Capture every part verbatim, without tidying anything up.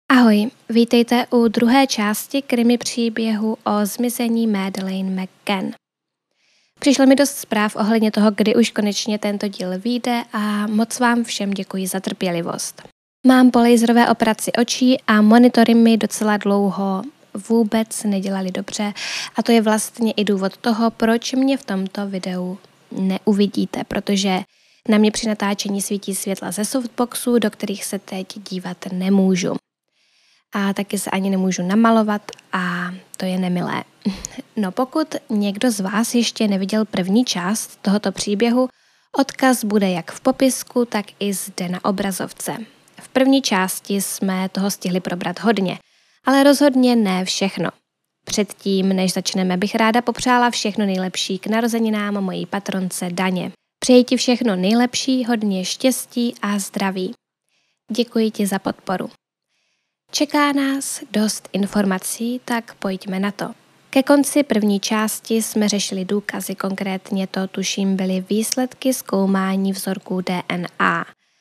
Ahoj, vítejte u druhé části krimi příběhu o zmizení Madeleine McCann. Přišlo mi dost zpráv ohledně toho, kdy už konečně tento díl vyjde a moc vám všem děkuji za trpělivost. Mám po laserové operaci očí a monitory mi docela dlouho vůbec nedělali dobře a to je vlastně i důvod toho, proč mě v tomto videu neuvidíte, protože na mě při natáčení svítí světla ze softboxu, do kterých se teď dívat nemůžu. A taky se ani nemůžu namalovat a to je nemilé. No pokud někdo z vás ještě neviděl první část tohoto příběhu, odkaz bude jak v popisku, tak i zde na obrazovce. V první části jsme toho stihli probrat hodně, ale rozhodně ne všechno. Předtím, než začneme, bych ráda popřála všechno nejlepší k narozeninám mojí patronce Daně. Přeji ti všechno nejlepší, hodně štěstí a zdraví. Děkuji ti za podporu. Čeká nás dost informací, tak pojďme na to. Ke konci první části jsme řešili důkazy, konkrétně to tuším byly výsledky zkoumání vzorků D N A.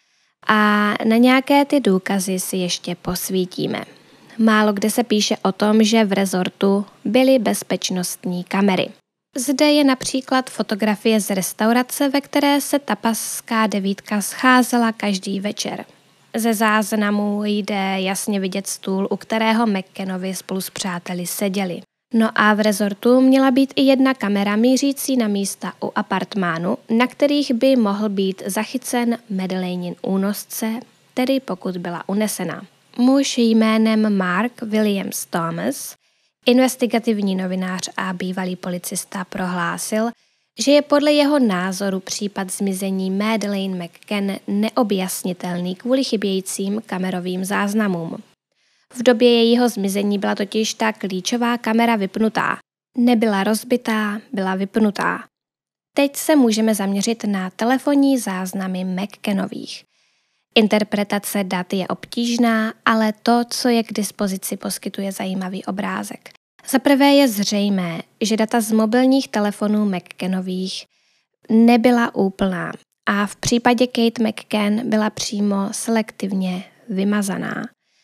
A na nějaké ty důkazy si ještě posvítíme. Málo kde se píše o tom, že v rezortu byly bezpečnostní kamery. Zde je například fotografie z restaurace, ve které se tapaská devítka scházela každý večer. Ze záznamu jde jasně vidět stůl, u kterého McCannovi spolu s přáteli seděli. No a v rezortu měla být i jedna kamera mířící na místa u apartmánu, na kterých by mohl být zachycen Madeleinin únosce, tedy pokud byla unesena. Muž jménem Mark Williams Thomas, investigativní novinář a bývalý policista, prohlásil, že je podle jeho názoru případ zmizení Madeleine McCann neobjasnitelný kvůli chybějícím kamerovým záznamům. V době jejího zmizení byla totiž ta klíčová kamera vypnutá. Nebyla rozbitá, byla vypnutá. Teď se můžeme zaměřit na telefonní záznamy McCannových. Interpretace dat je obtížná, ale to, co je k dispozici, poskytuje zajímavý obrázek. Za prvé je zřejmé, že data z mobilních telefonů McCannových nebyla úplná a v případě Kate McCann byla přímo selektivně vymazaná.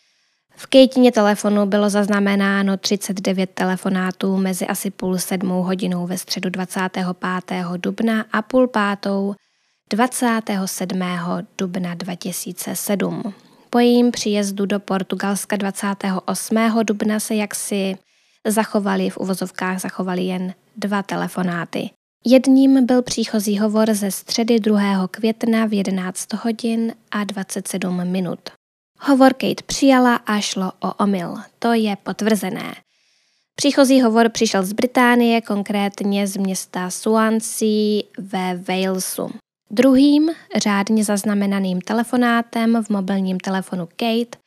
V Katině telefonu bylo zaznamenáno třicet devět telefonátů mezi asi půl sedmou hodinou ve středu dvacátého pátého dubna a půl pátou dvacátého sedmého dubna dva tisíce sedm. Po jejím příjezdu do Portugalska dvacátého osmého dubna se jaksi zachovali, v uvozovkách zachovali jen dva telefonáty. Jedním byl příchozí hovor ze středy druhého května v jedenáct hodin a dvacet sedm minut. Hovor Kate přijala a šlo o omyl, to je potvrzené. Příchozí hovor přišel z Británie, konkrétně z města Swansea ve Walesu. Druhým řádně zaznamenaným telefonátem v mobilním telefonu Kate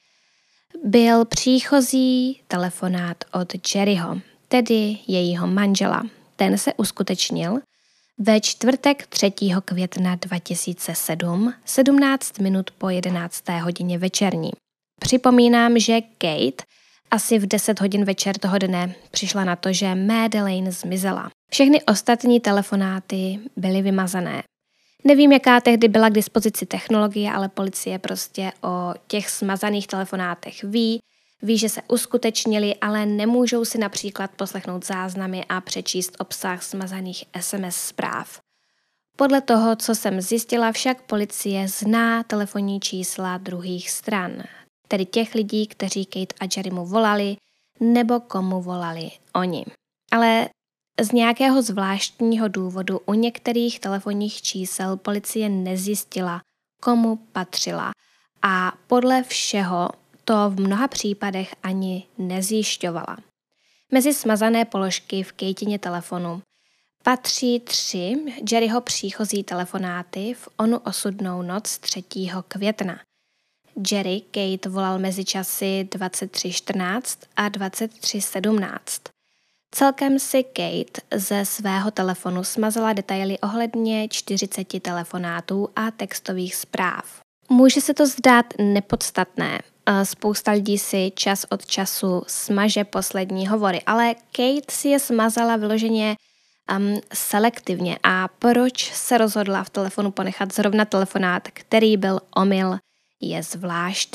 byl příchozí telefonát od Jerryho, tedy jejího manžela. Ten se uskutečnil ve čtvrtek třetího května dva tisíce sedm, sedmnáct minut po jedenácté hodině večerní. Připomínám, že Kate asi v deset hodin večer toho dne přišla na to, že Madeleine zmizela. Všechny ostatní telefonáty byly vymazané. Nevím, jaká tehdy byla k dispozici technologie, ale policie prostě o těch smazaných telefonátech ví, ví, že se uskutečnili, ale nemůžou si například poslechnout záznamy a přečíst obsah smazaných S M S zpráv. Podle toho, co jsem zjistila, však policie zná telefonní čísla druhých stran, tedy těch lidí, kteří Kate a Jerrymu volali, nebo komu volali oni. Ale z nějakého zvláštního důvodu u některých telefonních čísel policie nezjistila, komu patřila a podle všeho to v mnoha případech ani nezjišťovala. Mezi smazané položky v Katině telefonu patří tři Jerryho příchozí telefonáty v onu osudnou noc třetího května. Jerry Kate volal mezi časy dvacet tři čtrnáct a dvacet tři sedmnáct. Celkem si Kate ze svého telefonu smazala detaily ohledně čtyřiceti telefonátů a textových zpráv. Může se to zdát nepodstatné, spousta lidí si čas od času smaže poslední hovory, ale Kate si je smazala vyloženě um, selektivně. A proč se rozhodla v telefonu ponechat zrovna telefonát, který byl omyl, je zvláštní.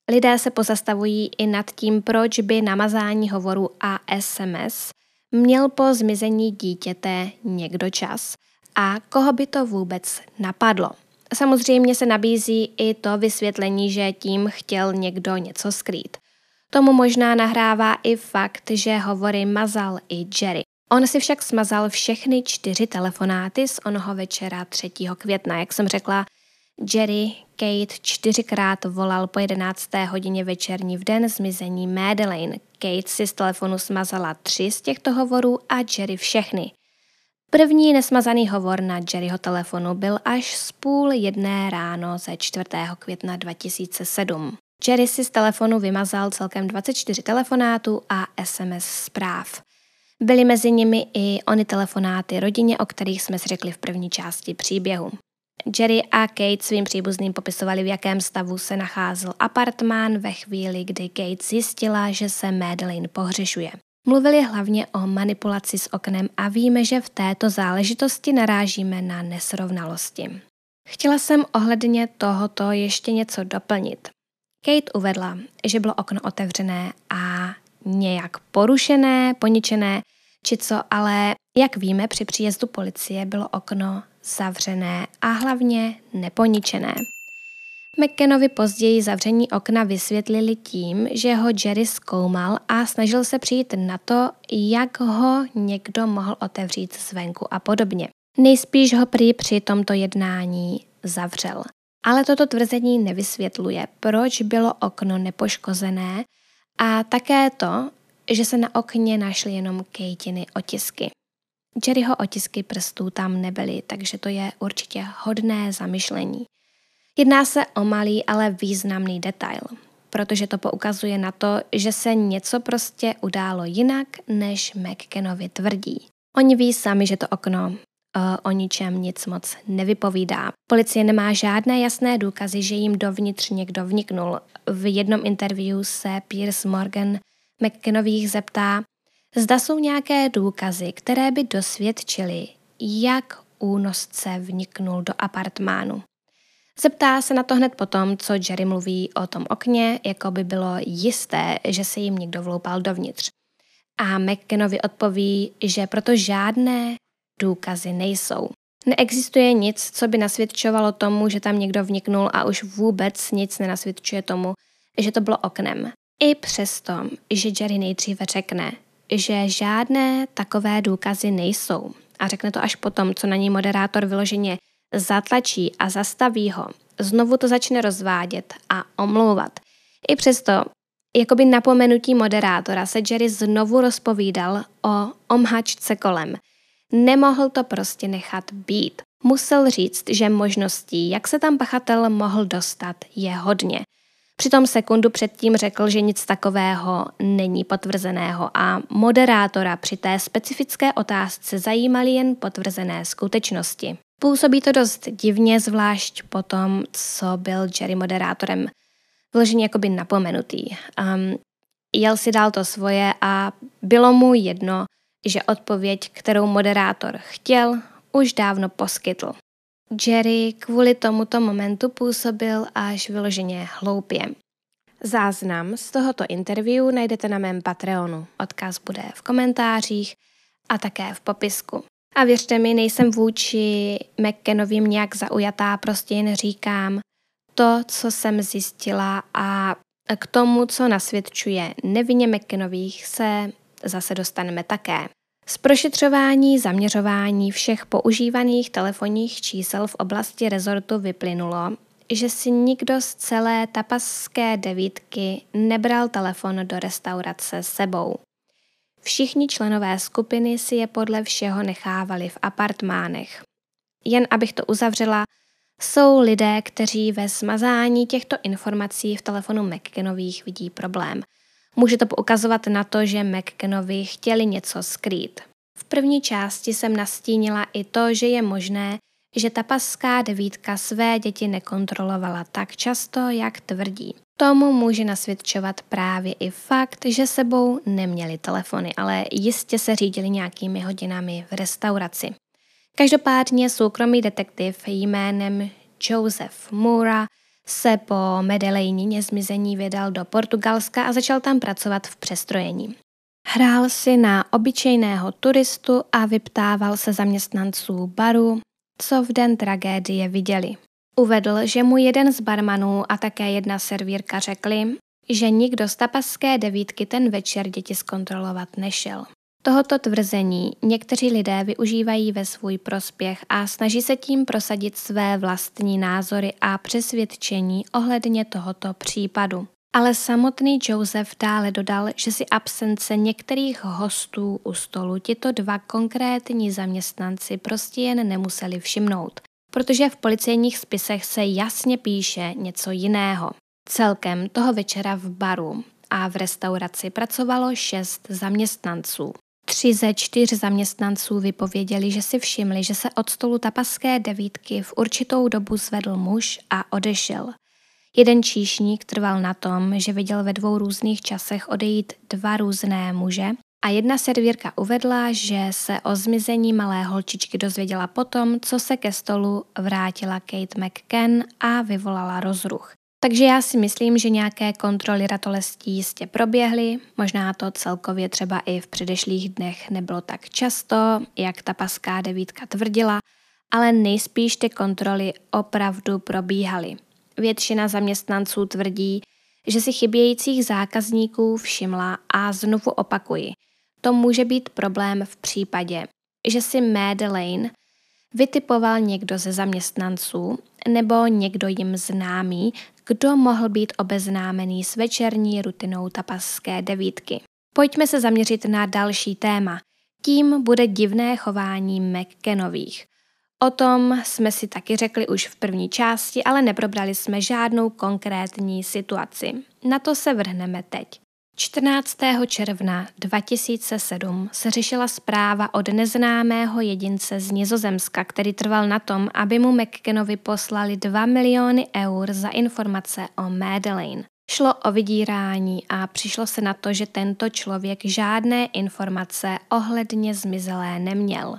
Lidé se pozastavují i nad tím, proč by namazání hovoru a es em es měl po zmizení dítěte někdo čas a koho by to vůbec napadlo. Samozřejmě se nabízí i to vysvětlení, že tím chtěl někdo něco skrýt. Tomu možná nahrává i fakt, že hovory mazal i Jerry. On si však smazal všechny čtyři telefonáty z onoho večera třetího května. Jak jsem řekla, Jerry Kate čtyřikrát volal po jedenácté hodině večerní v den zmizení Madeleine. Kate si z telefonu smazala tři z těchto hovorů a Jerry všechny. První nesmazaný hovor na Jerryho telefonu byl až z půl jedné ráno ze čtvrtého května dva tisíce sedm. Jerry si z telefonu vymazal celkem dvacet čtyři telefonátů a es em es zpráv. Byly mezi nimi i ony telefonáty rodině, o kterých jsme si řekli v první části příběhu. Jerry a Kate svým příbuzným popisovali, v jakém stavu se nacházel apartmán ve chvíli, kdy Kate zjistila, že se Madeleine pohřešuje. Mluvili hlavně o manipulaci s oknem a víme, že v této záležitosti narážíme na nesrovnalosti. Chtěla jsem ohledně tohoto ještě něco doplnit. Kate uvedla, že bylo okno otevřené a nějak porušené, poničené, či co, ale jak víme, při příjezdu policie bylo okno zavřené a hlavně neponičené. McCannovi později zavření okna vysvětlili tím, že ho Jerry zkoumal a snažil se přijít na to, jak ho někdo mohl otevřít zvenku a podobně. Nejspíš ho prý při tomto jednání zavřel. Ale toto tvrzení nevysvětluje, proč bylo okno nepoškozené a také to, že se na okně našly jenom Katiny otisky. Jerryho otisky prstů tam nebyly, takže to je určitě hodné zamyšlení. Jedná se o malý, ale významný detail, protože to poukazuje na to, že se něco prostě událo jinak, než McCannovi tvrdí. Oni ví sami, že to okno uh, o ničem nic moc nevypovídá. Policie nemá žádné jasné důkazy, že jim dovnitř někdo vniknul. V jednom interview se Piers Morgan McCannových zeptá, zda jsou nějaké důkazy, které by dosvědčily, jak únosce vniknul do apartmánu. Zeptá se na to hned potom, co Jerry mluví o tom okně, jako by bylo jisté, že se jim někdo vloupal dovnitř. A McCannovi odpoví, že proto žádné důkazy nejsou. Neexistuje nic, co by nasvědčovalo tomu, že tam někdo vniknul a už vůbec nic nenasvědčuje tomu, že to bylo oknem. I přesto, že Jerry nejdříve řekne, že žádné takové důkazy nejsou a řekne to až potom, co na něj moderátor vyloženě zatlačí a zastaví ho, znovu to začne rozvádět a omlouvat. I přesto, jakoby napomenutí moderátora, se Jerry znovu rozpovídal o omhačce kolem. Nemohl to prostě nechat být. Musel říct, že možností, jak se tam pachatel mohl dostat, je hodně. Přitom sekundu předtím řekl, že nic takového není potvrzeného a moderátora při té specifické otázce zajímaly jen potvrzené skutečnosti. Působí to dost divně, zvlášť po tom, co byl Jerry moderátorem vloženě jakoby napomenutý. Um, jel si dál to svoje a bylo mu jedno, že odpověď, kterou moderátor chtěl, už dávno poskytl. Jerry kvůli tomuto momentu působil až vyloženě hloupě. Záznam z tohoto interview najdete na mém Patreonu. Odkaz bude v komentářích a také v popisku. A věřte mi, nejsem vůči McCannovým nějak zaujatá, prostě jen říkám to, co jsem zjistila a k tomu, co nasvědčuje nevinně McCannových, se zase dostaneme také. Z prošetřování zaměřování všech používaných telefonních čísel v oblasti rezortu vyplynulo, že si nikdo z celé tapaské devítky nebral telefon do restaurace s sebou. Všichni členové skupiny si je podle všeho nechávali v apartmánech. Jen abych to uzavřela, jsou lidé, kteří ve smazání těchto informací v telefonu McCannových vidí problém. Může to poukazovat na to, že McCannovi chtěli něco skrýt. V první části jsem nastínila i to, že je možné, že tapaská devítka své děti nekontrolovala tak často, jak tvrdí. Tomu může nasvědčovat právě i fakt, že sebou neměli telefony, ale jistě se řídili nějakými hodinami v restauraci. Každopádně soukromý detektiv jménem Joseph Moura se po Medelejnině zmizení vydal do Portugalska a začal tam pracovat v přestrojení. Hrál si na obyčejného turistu a vyptával se zaměstnanců baru, co v den tragédie viděli. Uvedl, že mu jeden z barmanů a také jedna servírka řekli, že nikdo z tapaské devítky ten večer děti zkontrolovat nešel. Tohoto tvrzení někteří lidé využívají ve svůj prospěch a snaží se tím prosadit své vlastní názory a přesvědčení ohledně tohoto případu. Ale samotný Joseph dále dodal, že si absence některých hostů u stolu tito dva konkrétní zaměstnanci prostě jen nemuseli všimnout, protože v policejních spisech se jasně píše něco jiného. Celkem toho večera v baru a v restauraci pracovalo šest zaměstnanců. Tři ze čtyř zaměstnanců vypověděli, že si všimli, že se od stolu tapaské devítky v určitou dobu zvedl muž a odešel. Jeden číšník trval na tom, že viděl ve dvou různých časech odejít dva různé muže a jedna servírka uvedla, že se o zmizení malé holčičky dozvěděla potom, co se ke stolu vrátila Kate McCann a vyvolala rozruch. Takže já si myslím, že nějaké kontroly ratolestí jistě proběhly, možná to celkově třeba i v předešlých dnech nebylo tak často, jak ta paská devítka tvrdila, ale nejspíš ty kontroly opravdu probíhaly. Většina zaměstnanců tvrdí, že si chybějících zákazníků všimla a znovu opakuji. To může být problém v případě, že si Madeleine vytipoval někdo ze zaměstnanců nebo někdo jim známý, kdo mohl být obeznámený s večerní rutinou tapaské devítky. Pojďme se zaměřit na další téma. Tím bude divné chování McCannových. O tom jsme si taky řekli už v první části, ale neprobrali jsme žádnou konkrétní situaci. Na to se vrhneme teď. čtrnáctého června dva tisíce sedm se řešila zpráva od neznámého jedince z Nizozemska, který trval na tom, aby mu McCannovi poslali dva miliony eur za informace o Madeleine. Šlo o vydírání a přišlo se na to, že tento člověk žádné informace ohledně zmizelé neměl.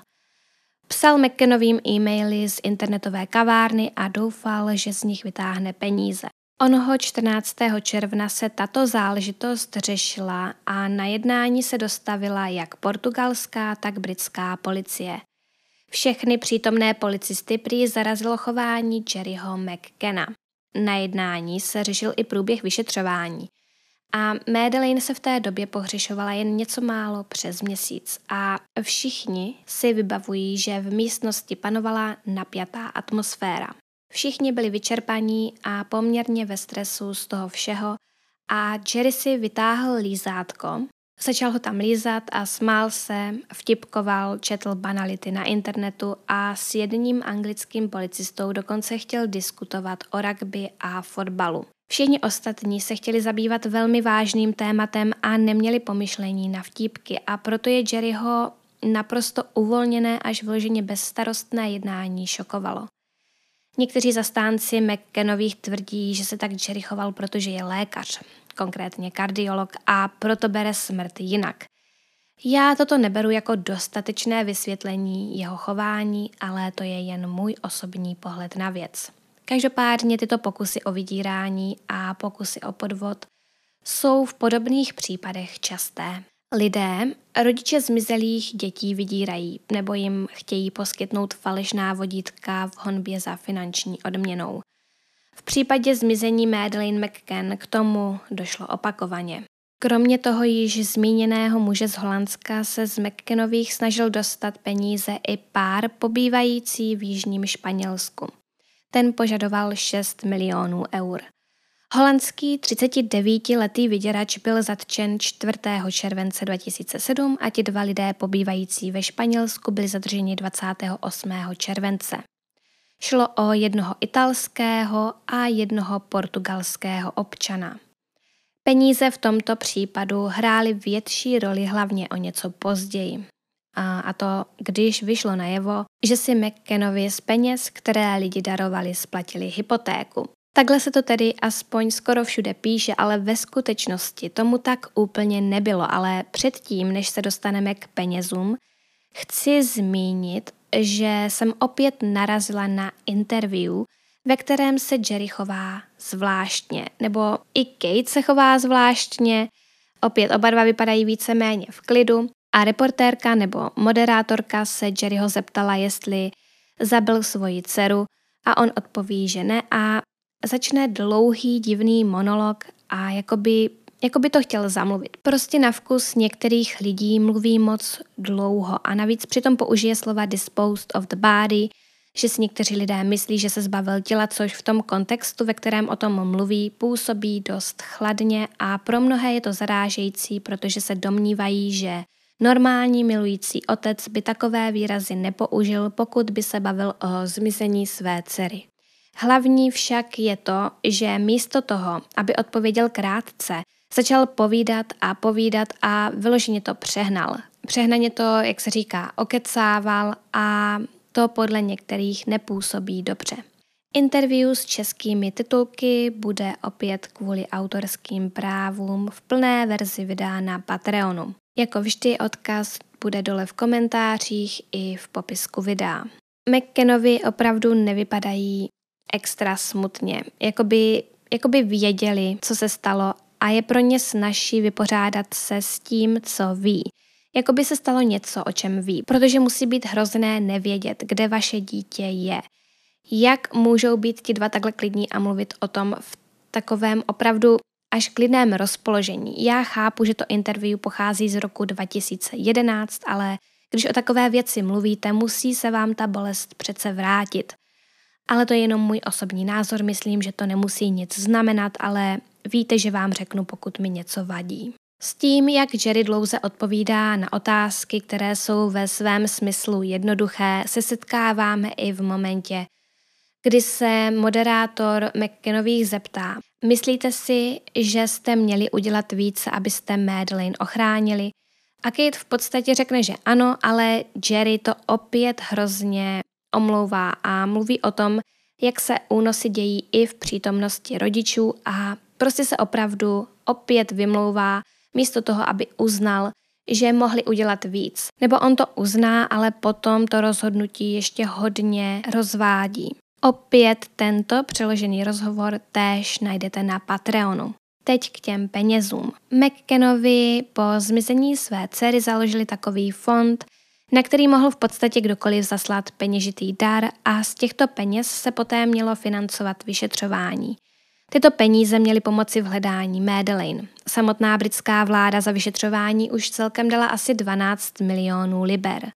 Psal McCannovým e-maily z internetové kavárny a doufal, že z nich vytáhne peníze. Onoho čtrnáctého června se tato záležitost řešila a na jednání se dostavila jak portugalská, tak britská policie. Všechny přítomné policisty prý zarazilo chování Jerryho McCanna. Na jednání se řešil i průběh vyšetřování. A Madeleine se v té době pohřešovala jen něco málo přes měsíc a všichni si vybavují, že v místnosti panovala napjatá atmosféra. Všichni byli vyčerpaní a poměrně ve stresu z toho všeho a Jerry si vytáhl lízátko, začal ho tam lízat a smál se, vtipkoval, četl banality na internetu a s jedním anglickým policistou dokonce chtěl diskutovat o rugby a fotbalu. Všichni ostatní se chtěli zabývat velmi vážným tématem a neměli pomyšlení na vtípky a proto je Jerryho naprosto uvolněné až vloženě bezstarostné jednání šokovalo. Někteří zastánci McCannových tvrdí, že se tak Jerry choval, protože je lékař, konkrétně kardiolog, a proto bere smrt jinak. Já toto neberu jako dostatečné vysvětlení jeho chování, ale to je jen můj osobní pohled na věc. Každopádně tyto pokusy o vydírání a pokusy o podvod jsou v podobných případech časté. Lidé rodiče zmizelých dětí vydírají nebo jim chtějí poskytnout falešná vodítka v honbě za finanční odměnou. V případě zmizení Madeleine McCann k tomu došlo opakovaně. Kromě toho již zmíněného muže z Holandska se z McCannových snažil dostat peníze i pár pobývající v jižním Španělsku. Ten požadoval šest milionů eur. Holandský třicetidevítiletý vyděrač byl zatčen čtvrtého července dva tisíce sedm a ti dva lidé pobývající ve Španělsku byli zadrženi dvacátého osmého července. Šlo o jednoho italského a jednoho portugalského občana. Peníze v tomto případu hrály větší roli hlavně o něco později. A, a to, když vyšlo najevo, že si McCannovi z peněz, které lidi darovali, splatili hypotéku. Takhle se to tedy aspoň skoro všude píše, ale ve skutečnosti tomu tak úplně nebylo. Ale předtím, než se dostaneme k penězům, chci zmínit, že jsem opět narazila na interview, ve kterém se Jerry chová zvláštně, nebo i Kate se chová zvláštně, opět oba dva vypadají víceméně v klidu a reportérka nebo moderátorka se Jerryho zeptala, jestli zabil svoji dceru a on odpoví, že ne a začne dlouhý divný monolog a jakoby, jakoby to chtěl zamluvit. Prostě na vkus některých lidí mluví moc dlouho a navíc přitom použije slova disposed of the body, že si někteří lidé myslí, že se zbavil těla, což v tom kontextu, ve kterém o tom mluví, působí dost chladně a pro mnohé je to zarážející, protože se domnívají, že normální milující otec by takové výrazy nepoužil, pokud by se bavil o zmizení své dcery. Hlavní však je to, že místo toho, aby odpověděl krátce, začal povídat a povídat a vyloženě to přehnal. Přehnaně to, jak se říká, okecával a to podle některých nepůsobí dobře. Interview s českými titulky bude opět kvůli autorským právům v plné verzi vydán na Patreonu. Jako vždy odkaz bude dole v komentářích i v popisku videa. McCannovi opravdu nevypadají extra smutně, jakoby, jakoby věděli, co se stalo a je pro ně snazší vypořádat se s tím, co ví. Jakoby se stalo něco, o čem ví, protože musí být hrozné nevědět, kde vaše dítě je. Jak můžou být ti dva takhle klidní a mluvit o tom v takovém opravdu až klidném rozpoložení. Já chápu, že to interview pochází z roku dva tisíce jedenáct, ale když o takové věci mluvíte, musí se vám ta bolest přece vrátit. Ale to je jenom můj osobní názor, myslím, že to nemusí nic znamenat, ale víte, že vám řeknu, pokud mi něco vadí. S tím, jak Jerry dlouze odpovídá na otázky, které jsou ve svém smyslu jednoduché, se setkáváme i v momentě, kdy se moderátor McCannových zeptá: myslíte si, že jste měli udělat více, abyste Madeleine ochránili? A Kate v podstatě řekne, že ano, ale Jerry to opět hrozně omlouvá a mluví o tom, jak se únosy dějí i v přítomnosti rodičů a prostě se opravdu opět vymlouvá, místo toho, aby uznal, že mohli udělat víc. Nebo on to uzná, ale potom to rozhodnutí ještě hodně rozvádí. Opět tento přeložený rozhovor též najdete na Patreonu. Teď k těm penězům. McCannovi po zmizení své dcery založili takový fond, na který mohl v podstatě kdokoliv zaslat peněžitý dar a z těchto peněz se poté mělo financovat vyšetřování. Tyto peníze měly pomoci v hledání Madeleine. Samotná britská vláda za vyšetřování už celkem dala asi dvanáct milionů liber.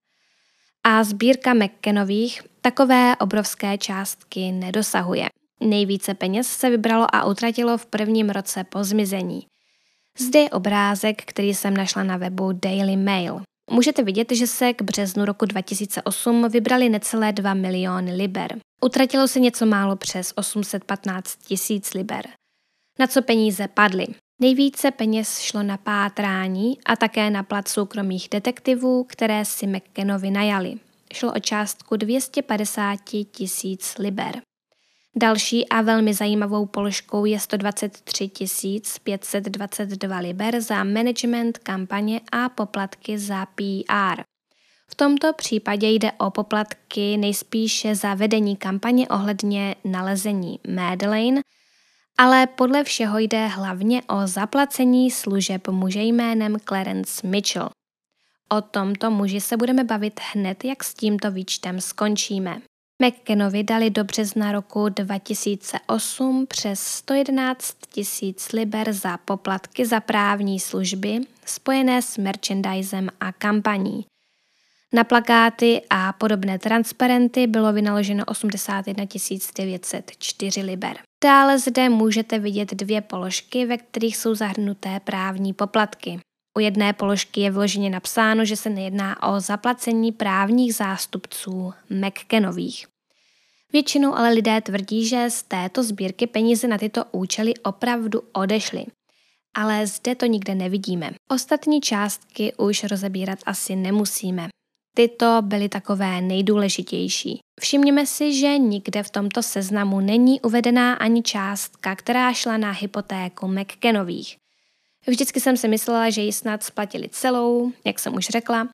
A sbírka McCannových takové obrovské částky nedosahuje. Nejvíce peněz se vybralo a utratilo v prvním roce po zmizení. Zde je obrázek, který jsem našla na webu Daily Mail. Můžete vidět, že se k březnu roku dva tisíce osm vybrali necelé dva miliony liber. Utratilo se něco málo přes osm set patnáct tisíc liber. Na co peníze padly? Nejvíce peněz šlo na pátrání a také na plat soukromých detektivů, které si McCannovi najali. Šlo o částku dvě stě padesát tisíc liber. Další a velmi zajímavou položkou je sto dvacet tři tisíc pět set dvacet dva liber za management kampaně a poplatky za P R. V tomto případě jde o poplatky nejspíše za vedení kampaně ohledně nalezení Madeleine, ale podle všeho jde hlavně o zaplacení služeb muže jménem Clarence Mitchell. O tomto muži se budeme bavit hned, jak s tímto výčtem skončíme. McCannovi dali do března roku dva tisíce osm přes sto jedenáct tisíc liber za poplatky za právní služby spojené s merchandisem a kampaní. Na plakáty a podobné transparenty bylo vynaloženo osmdesát jedna tisíc devět set čtyři liber. Dále zde můžete vidět dvě položky, ve kterých jsou zahrnuté právní poplatky. U jedné položky je vloženě napsáno, že se nejedná o zaplacení právních zástupců McCannových. Většinou ale lidé tvrdí, že z této sbírky peníze na tyto účely opravdu odešly. Ale zde to nikde nevidíme. Ostatní částky už rozebírat asi nemusíme. Tyto byly takové nejdůležitější. Všimněme si, že nikde v tomto seznamu není uvedená ani částka, která šla na hypotéku McCannových. Vždycky jsem si myslela, že ji snad splatili celou, jak jsem už řekla.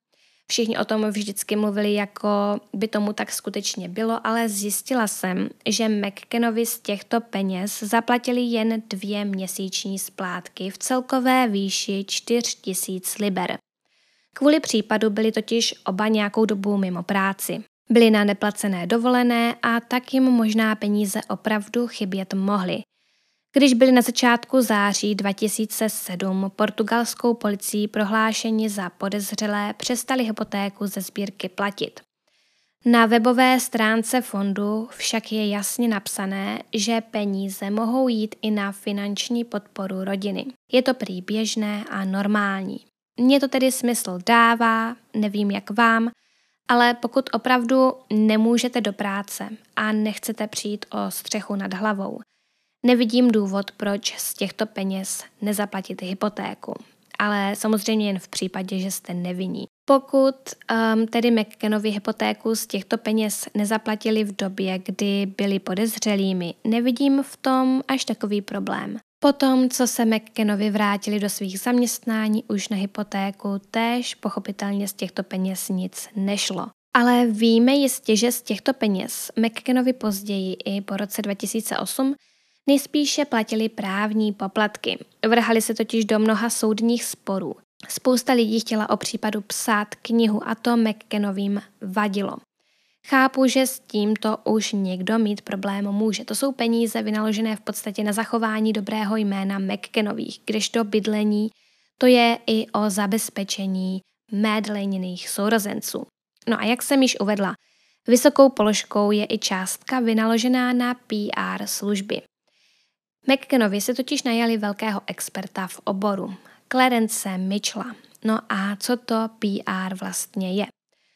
Všichni o tom vždycky mluvili, jako by tomu tak skutečně bylo, ale zjistila jsem, že McCannovi z těchto peněz zaplatili jen dvě měsíční splátky v celkové výši čtyři tisíce liber. Kvůli případu byli totiž oba nějakou dobu mimo práci. Byli na neplacené dovolené a tak jim možná peníze opravdu chybět mohly. Když byli na začátku září dva tisíce sedm portugalskou policií prohlášeni za podezřelé, přestali hypotéku ze sbírky platit. Na webové stránce fondu však je jasně napsané, že peníze mohou jít i na finanční podporu rodiny. Je to prý běžné a normální. Mně to tedy smysl dává, nevím jak vám, ale pokud opravdu nemůžete do práce a nechcete přijít o střechu nad hlavou, nevidím důvod, proč z těchto peněz nezaplatit hypotéku, ale samozřejmě jen v případě, že jste nevinní. Pokud um, tedy McCannovi hypotéku z těchto peněz nezaplatili v době, kdy byli podezřelými, nevidím v tom až takový problém. Potom, co se McCannovi vrátili do svých zaměstnání už na hypotéku, též pochopitelně z těchto peněz nic nešlo. Ale víme jistě, že z těchto peněz McCannovi později i po roce dva tisíce osm nejspíše platili právní poplatky. Vrhali se totiž do mnoha soudních sporů. Spousta lidí chtěla o případu psát knihu a to McCannovým vadilo. Chápu, že s tímto už někdo mít problém může. To jsou peníze vynaložené v podstatě na zachování dobrého jména McCannových, kdežto bydlení to je i o zabezpečení Madelainených sourozenců. No a jak jsem již uvedla, vysokou položkou je i částka vynaložená na P R služby. McCannovi se totiž najali velkého experta v oboru, Clarence Mitchella. No a co to P R vlastně je?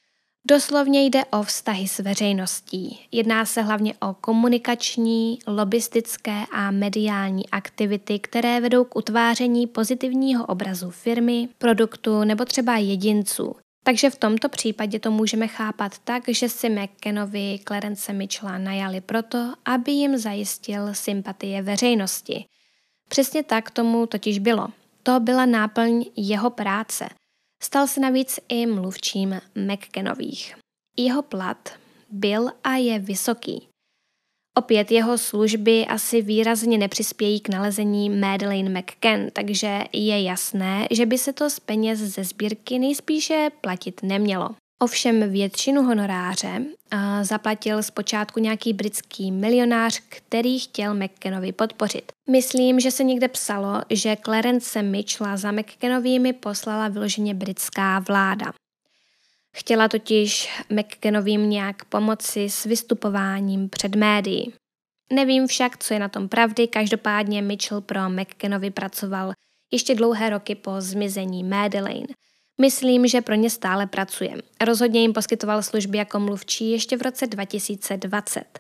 Doslovně jde o vztahy s veřejností. Jedná se hlavně o komunikační, lobistické a mediální aktivity, které vedou k utváření pozitivního obrazu firmy, produktu nebo třeba jedinců. Takže v tomto případě to můžeme chápat tak, že si McCannovi Clarence Mitchella najali proto, aby jim zajistil sympatie veřejnosti. Přesně tak tomu totiž bylo. To byla náplň jeho práce. Stal se navíc i mluvčím McCannových. Jeho plat byl a je vysoký. Opět jeho služby asi výrazně nepřispějí k nalezení Madeleine McCann, takže je jasné, že by se to z peněz ze sbírky nejspíše platit nemělo. Ovšem většinu honoráře a zaplatil zpočátku nějaký britský milionář, který chtěl McCannovi podpořit. Myslím, že se někde psalo, že Clarence Mitchella za McCannovými poslala vyloženě britská vláda. Chtěla totiž McCannovým nějak pomoci s vystupováním před médií. Nevím však, co je na tom pravdy, každopádně Mitchell pro McCannovi pracoval ještě dlouhé roky po zmizení Madeleine. Myslím, že pro ně stále pracuje. Rozhodně jim poskytoval služby jako mluvčí ještě v roce dva tisíce dvacet.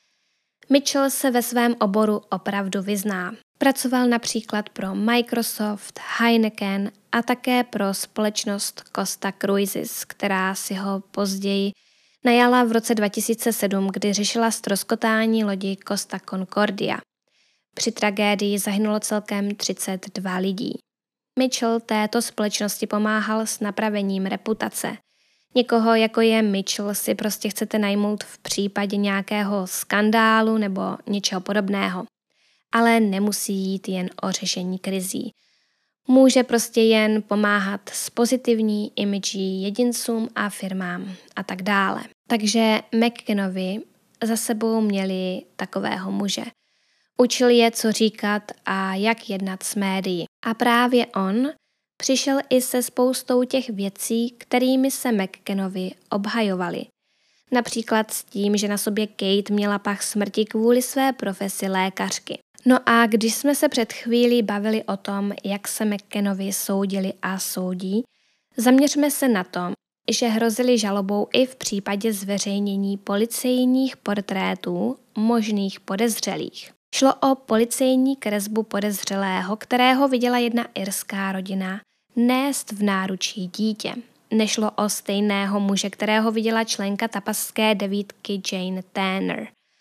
Mitchell se ve svém oboru opravdu vyzná. Pracoval například pro Microsoft, Heineken a také pro společnost Costa Cruises, která si ho později najala v roce dva tisíce sedm, kdy řešila ztroskotání lodi Costa Concordia. Při tragédii zahynulo celkem třicet dva lidí. Mitchell této společnosti pomáhal s napravením reputace. Někoho, jako je Mitchell, si prostě chcete najmout v případě nějakého skandálu nebo něčeho podobného. Ale nemusí jít jen o řešení krizí. Může prostě jen pomáhat s pozitivní imidží jedincům a firmám a tak dále. Takže McCannovi za sebou měli takového muže. Učil je, co říkat a jak jednat s médií. A právě on přišel i se spoustou těch věcí, kterými se McCannovi obhajovali. Například s tím, že na sobě Kate měla pach smrti kvůli své profesi lékařky. No a když jsme se před chvílí bavili o tom, jak se McCannovi soudili a soudí, zaměřme se na to, že hrozili žalobou i v případě zveřejnění policejních portrétů možných podezřelých. Šlo o policejní kresbu podezřelého, kterého viděla jedna irská rodina nést v náručí dítě. Nešlo o stejného muže, kterého viděla členka tapasské devítky Jane Tanner.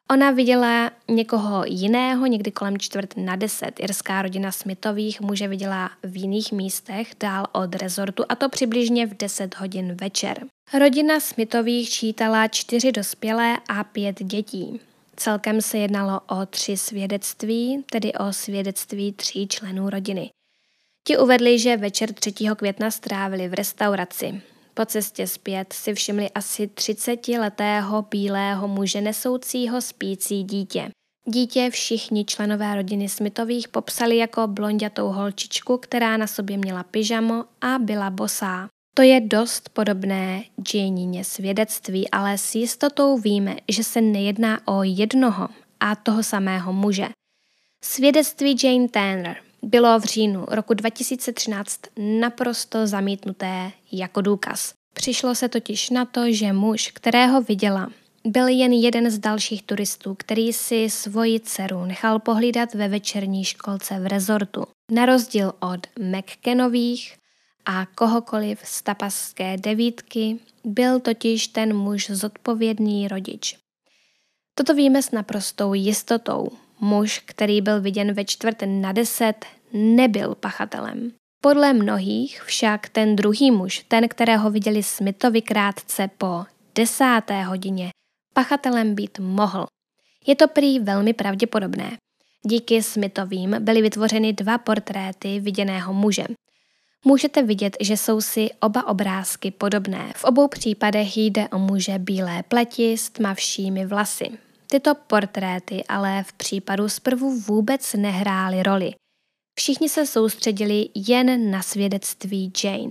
Ona viděla někoho jiného někdy kolem čtvrt na deset. Irská rodina Smithových muže viděla v jiných místech dál od rezortu, a to přibližně v deset hodin večer. Rodina Smithových čítala čtyři dospělé a pět dětí. Celkem se jednalo o tři svědectví, tedy o svědectví tří členů rodiny. Ti uvedli, že večer třetího května strávili v restauraci. Po cestě zpět si všimli asi třicetiletého bílého muže nesoucího spící dítě. Dítě všichni členové rodiny Smithových popsali jako blonďatou holčičku, která na sobě měla pyžamo a byla bosá. To je dost podobné Janině svědectví, ale s jistotou víme, že se nejedná o jednoho a toho samého muže. Svědectví Jane Tanner bylo v říjnu roku dva tisíce třináct naprosto zamítnuté jako důkaz. Přišlo se totiž na to, že muž, kterého viděla, byl jen jeden z dalších turistů, který si svoji dceru nechal pohlídat ve večerní školce v rezortu. Na rozdíl od McCannových a kohokoliv z tapaské devítky byl totiž ten muž zodpovědný rodič. Toto víme s naprostou jistotou. Muž, který byl viděn ve čtvrt na deset, nebyl pachatelem. Podle mnohých však ten druhý muž, ten, kterého viděli Smithovi krátce po desáté hodině, pachatelem být mohl. Je to prý velmi pravděpodobné. Díky Smithovým byly vytvořeny dva portréty viděného muže. Můžete vidět, že jsou si oba obrázky podobné. V obou případech jde o muže bílé pleti s tmavšími vlasy. Tyto portréty ale v případu zprvu vůbec nehrály roli. Všichni se soustředili jen na svědectví Jane.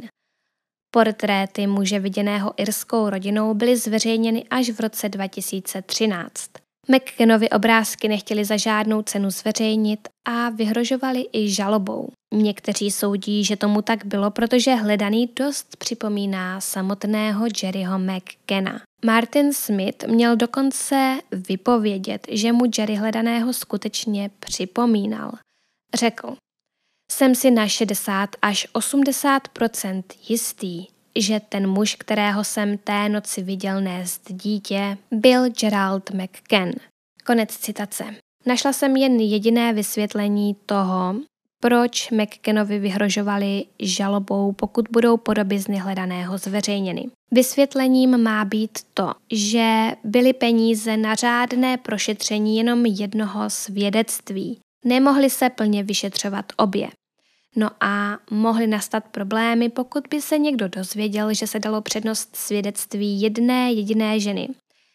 Portréty muže viděného irskou rodinou byly zveřejněny až v roce dva tisíce třináct. McCannovy obrázky nechtěli za žádnou cenu zveřejnit a vyhrožovali i žalobou. Někteří soudí, že tomu tak bylo, protože hledaný dost připomíná samotného Jerryho McCanna. Martin Smith měl dokonce vypovědět, že mu Jerry hledaného skutečně připomínal. Řekl: Jsem si na šedesát až osmdesát procent jistý, že ten muž, kterého jsem té noci viděl nést dítě, byl Gerald McCann. Konec citace. Našla jsem jen jediné vysvětlení toho, proč McCannovi vyhrožovali žalobou, pokud budou podoby z nehledaného zveřejněny. Vysvětlením má být to, že byly peníze na řádné prošetření jenom jednoho svědectví. Nemohly se plně vyšetřovat obě. No a mohly nastat problémy, pokud by se někdo dozvěděl, že se dalo přednost svědectví jedné jediné ženy,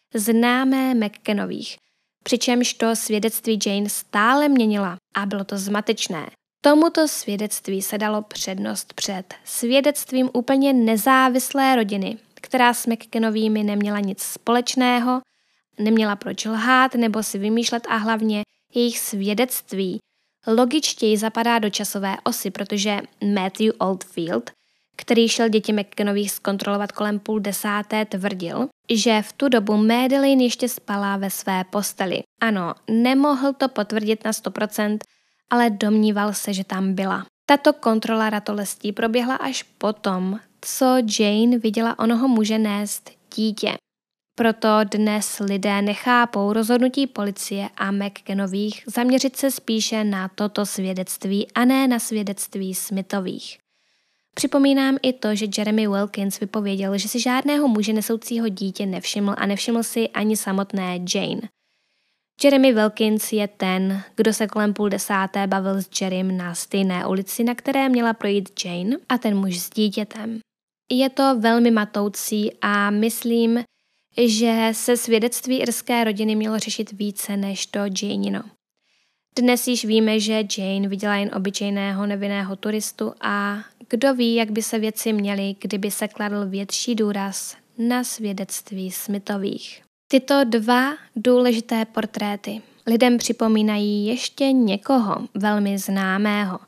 známé McCannových, přičemž to svědectví Jane stále měnila a bylo to zmatečné. Tomuto svědectví se dalo přednost před svědectvím úplně nezávislé rodiny, která s McCannovými neměla nic společného, neměla proč lhát nebo si vymýšlet a hlavně jejich svědectví logičtěji zapadá do časové osy, protože Matthew Oldfield, který šel děti McCannových zkontrolovat kolem půl desáté, tvrdil, že v tu dobu Madeleine ještě spala ve své posteli. Ano, nemohl to potvrdit na sto procent, ale domníval se, že tam byla. Tato kontrola ratolestí proběhla až potom, co Jane viděla onoho muže nést dítě. Proto dnes lidé nechápou rozhodnutí policie a McCannových zaměřit se spíše na toto svědectví a ne na svědectví Smithových. Připomínám i to, že Jeremy Wilkins vypověděl, že si žádného muže nesoucího dítě nevšiml a nevšiml si ani samotné Jane. Jeremy Wilkins je ten, kdo se kolem půl desáté bavil s Jerrym na stejné ulici, na které měla projít Jane a ten muž s dítětem. Je to velmi matoucí a myslím, že se svědectví irské rodiny mělo řešit více než to Janino. Dnes již víme, že Jane viděla jen obyčejného nevinného turistu a kdo ví, jak by se věci měly, kdyby se kladl větší důraz na svědectví Smithových. Tyto dva důležité portréty lidem připomínají ještě někoho velmi známého.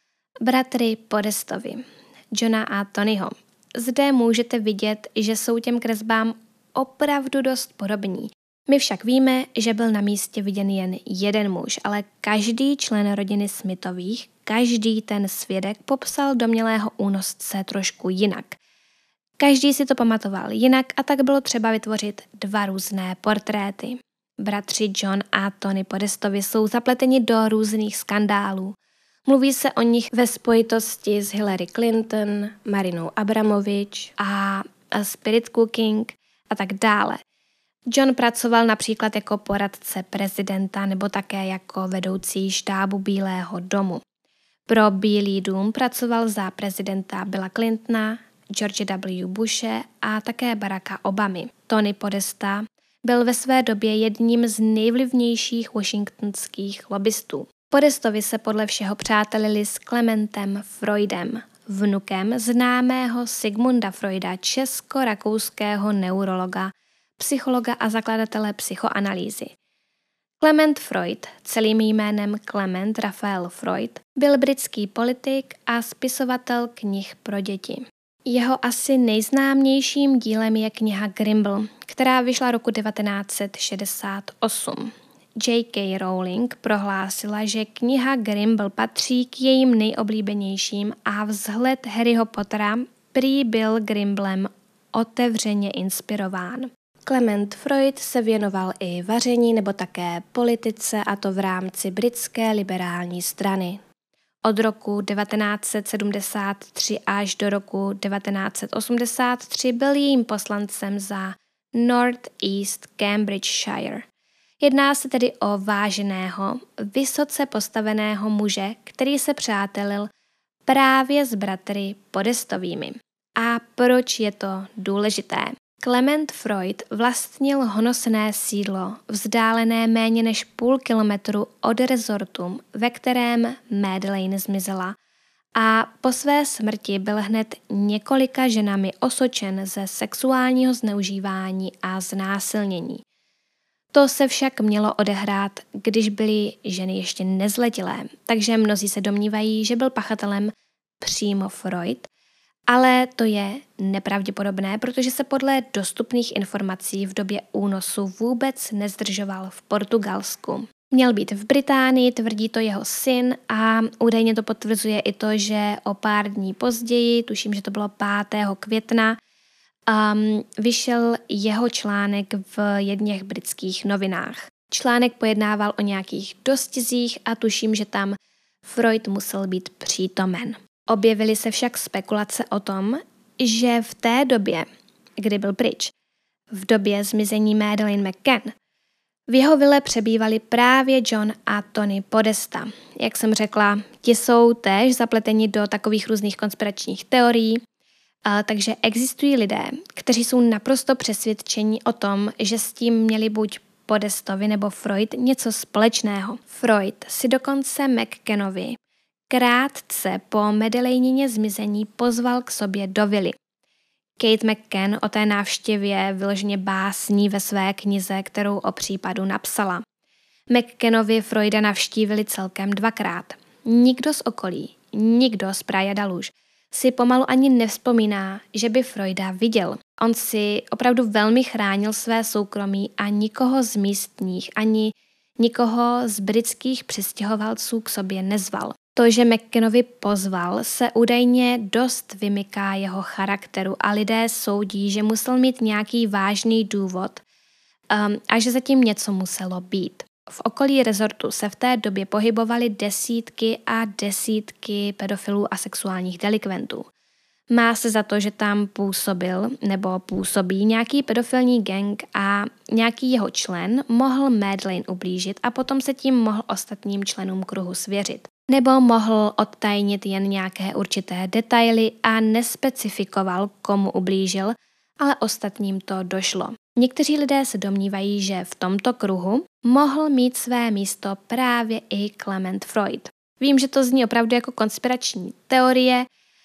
Bratry Podestovi, Johna a Tonyho. Zde můžete vidět, že jsou těm kresbám opravdu dost podobní. My však víme, že byl na místě viděn jen jeden muž, ale každý člen rodiny Smithových, každý ten svědek popsal domnělého únosce trošku jinak. Každý si to pamatoval jinak a tak bylo třeba vytvořit dva různé portréty. bratři John a Tony Podestovi jsou zapleteni do různých skandálů. Mluví se o nich ve spojitosti s Hillary Clinton, Marinou Abramovič a, a Spirit Cooking a tak dále. John pracoval například jako poradce prezidenta nebo také jako vedoucí štábu Bílého domu. Pro Bílý dům pracoval za prezidenta Billa Clintona, George W. Bushe a také Baracka Obamy. Tony Podesta byl ve své době jedním z nejvlivnějších washingtonských lobbystů. Podestovi se podle všeho přátelili s Clementem Freudem, vnukem známého Sigmunda Freuda, česko-rakouského neurologa, psychologa a zakladatele psychoanalýzy. Clement Freud, celým jménem Clement Raphael Freud, byl britský politik a spisovatel knih pro děti. Jeho asi nejznámějším dílem je kniha Grimble, která vyšla roku devatenáct set šedesát osm. J K. Rowling prohlásila, že kniha Grimble patří k jejím nejoblíbenějším a vzhled Harryho Pottera prý byl Grimblem otevřeně inspirován. Clement Freud se věnoval i vaření nebo také politice, a to v rámci britské liberální strany. Od roku devatenáct set sedmdesát tři až do roku devatenáct set osmdesát tři byl jejím poslancem za North East Cambridgeshire. Jedná se tedy o váženého, vysoce postaveného muže, který se přátelil právě s bratry Podestovými. A proč je to důležité? Clement Freud vlastnil honosné sídlo vzdálené méně než půl kilometru od rezortu, ve kterém Madeleine zmizela, a po své smrti byl hned několika ženami osočen ze sexuálního zneužívání a znásilnění. To se však mělo odehrát, když byly ženy ještě nezletilé, takže mnozí se domnívají, že byl pachatelem přímo Freud, ale to je nepravděpodobné, protože se podle dostupných informací v době únosu vůbec nezdržoval v Portugalsku. Měl být v Británii, tvrdí to jeho syn, a údajně to potvrzuje i to, že o pár dní později, tuším, že to bylo pátého května, um, vyšel jeho článek v jedněch britských novinách. Článek pojednával o nějakých dostizích a tuším, že tam Freud musel být přítomen. Objevily se však spekulace o tom, že v té době, kdy byl pryč, v době zmizení Madeleine McCann, v jeho vile přebývali právě John a Tony Podesta. Jak jsem řekla, ti jsou též zapleteni do takových různých konspiračních teorií, takže existují lidé, kteří jsou naprosto přesvědčení o tom, že s tím měli buď Podestovi nebo Freud něco společného. Freud si dokonce McCannovi krátce po Madeleineně zmizení pozval k sobě do vily. Kate McCann o té návštěvě vyloženě básní ve své knize, kterou o případu napsala. McCannovi Freuda navštívili celkem dvakrát. Nikdo z okolí, nikdo z Praia da Luz si pomalu ani nevzpomíná, že by Freuda viděl. On si opravdu velmi chránil své soukromí a nikoho z místních ani nikoho z britských přistěhovalců k sobě nezval. To, že McCannovi pozval, se údajně dost vymyká jeho charakteru a lidé soudí, že musel mít nějaký vážný důvod um, a že zatím něco muselo být. V okolí rezortu se v té době pohybovaly desítky a desítky pedofilů a sexuálních delikventů. Má se za to, že tam působil nebo působí nějaký pedofilní gang a nějaký jeho člen mohl Madeleine ublížit a potom se tím mohl ostatním členům kruhu svěřit. Nebo mohl odtajnit jen nějaké určité detaily a nespecifikoval, komu ublížil, ale ostatním to došlo. Někteří lidé se domnívají, že v tomto kruhu mohl mít své místo právě i Clement Freud. Vím, že to zní opravdu jako konspirační teorie,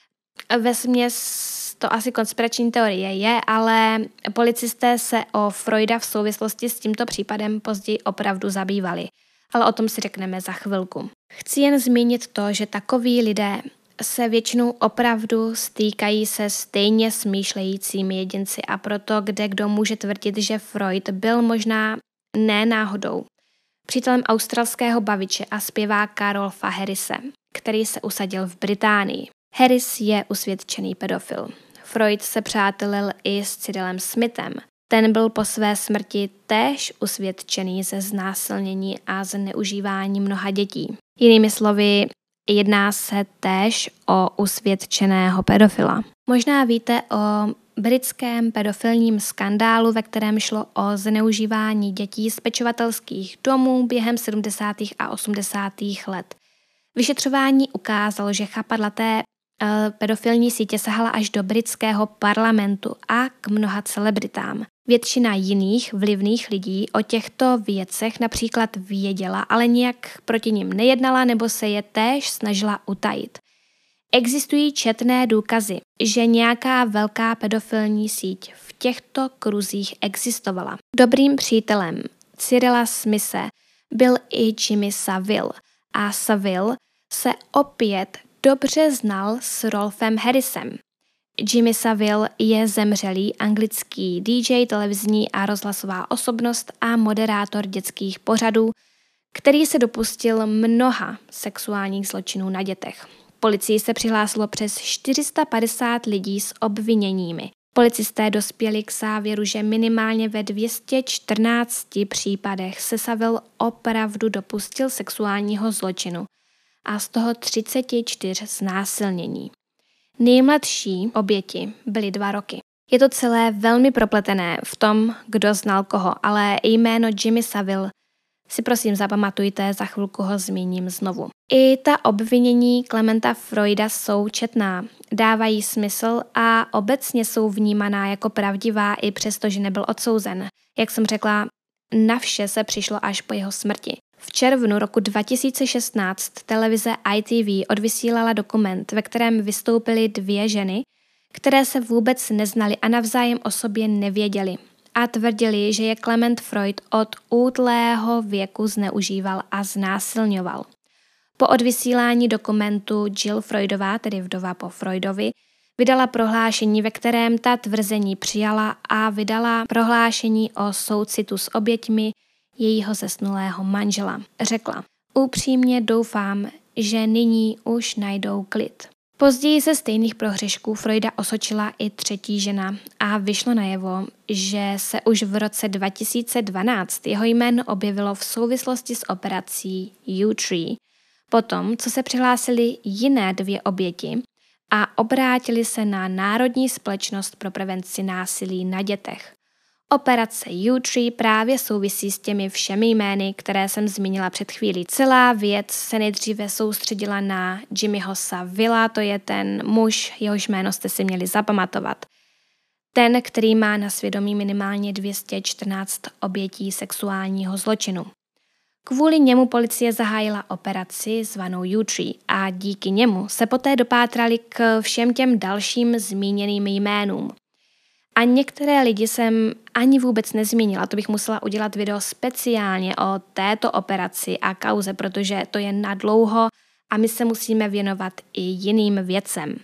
vesměs to asi konspirační teorie je, ale policisté se o Freuda v souvislosti s tímto případem později opravdu zabývali. Ale o tom si řekneme za chvilku. Chci jen zmínit to, že takoví lidé se většinou opravdu stýkají se stejně smýšlejícími jedinci a proto kde kdo může tvrdit, že Freud byl možná ne náhodou přítelem australského baviče a zpěváka Rolfa Harrise, který se usadil v Británii. Harris je usvědčený pedofil. Freud se přátelil i s Cyrilem Smithem. Ten byl po své smrti též usvědčený ze znásilnění a zneužívání mnoha dětí. Jinými slovy, jedná se též o usvědčeného pedofila. Možná víte o britském pedofilním skandálu, ve kterém šlo o zneužívání dětí z pečovatelských domů během sedmdesátých a osmdesátých let. Vyšetřování ukázalo, že chapadlaté e, pedofilní sítě sahala až do britského parlamentu a k mnoha celebritám. Většina jiných vlivných lidí o těchto věcech například věděla, ale nijak proti nim nejednala nebo se je též snažila utajit. Existují četné důkazy, že nějaká velká pedofilní síť v těchto kruzích existovala. Dobrým přítelem Cyrila Smithe byl i Jimmy Savile a Savile se opět dobře znal s Rolfem Harrisem. Jimmy Savile je zemřelý anglický D J, televizní a rozhlasová osobnost a moderátor dětských pořadů, který se dopustil mnoha sexuálních zločinů na dětech. Policii se přihlásilo přes čtyři sta padesát lidí s obviněními. Policisté dospěli k závěru, že minimálně ve dvě stě čtrnácti případech se Savile opravdu dopustil sexuálního zločinu a z toho třicet čtyři znásilnění. Nejmladší oběti byly dva roky. Je to celé velmi propletené v tom, kdo znal koho, ale jméno Jimmy Savile si prosím zapamatujte, za chvilku ho zmíním znovu. I ta obvinění Clementa Freuda jsou četná, dávají smysl a obecně jsou vnímaná jako pravdivá i přesto, že nebyl odsouzen. Jak jsem řekla, na vše se přišlo až po jeho smrti. V červnu roku dva tisíce šestnáct televize I T V odvysílala dokument, ve kterém vystoupily dvě ženy, které se vůbec neznaly a navzájem o sobě nevěděly. A tvrdili, že je Clement Freud od útlého věku zneužíval a znásilňoval. Po odvysílání dokumentu Jill Freudová, tedy vdova po Freudovi, vydala prohlášení, ve kterém ta tvrzení přijala a vydala prohlášení o soucitu s oběťmi jejího zesnulého manžela. Řekla: upřímně doufám, že nyní už najdou klid. Později ze stejných prohřešků Freuda osočila i třetí žena a vyšlo najevo, že se už v roce dva tisíce dvanáct jeho jméno objevilo v souvislosti s operací U tři, potom, co se přihlásily jiné dvě oběti a obrátili se na Národní společnost pro prevenci násilí na dětech. Operace U tři právě souvisí s těmi všemi jmény, které jsem zmínila před chvílí. Celá věc se nejdříve soustředila na Jimmyho Savila, to je ten muž, jehož jméno jste si měli zapamatovat. Ten, který má na svědomí minimálně dvě stě čtrnáct obětí sexuálního zločinu. Kvůli němu policie zahájila operaci zvanou U tři a díky němu se poté dopátrali k všem těm dalším zmíněným jménům. A některé lidi jsem ani vůbec nezmínila, to bych musela udělat video speciálně o této operaci a kauze, protože to je nadlouho a my se musíme věnovat i jiným věcem.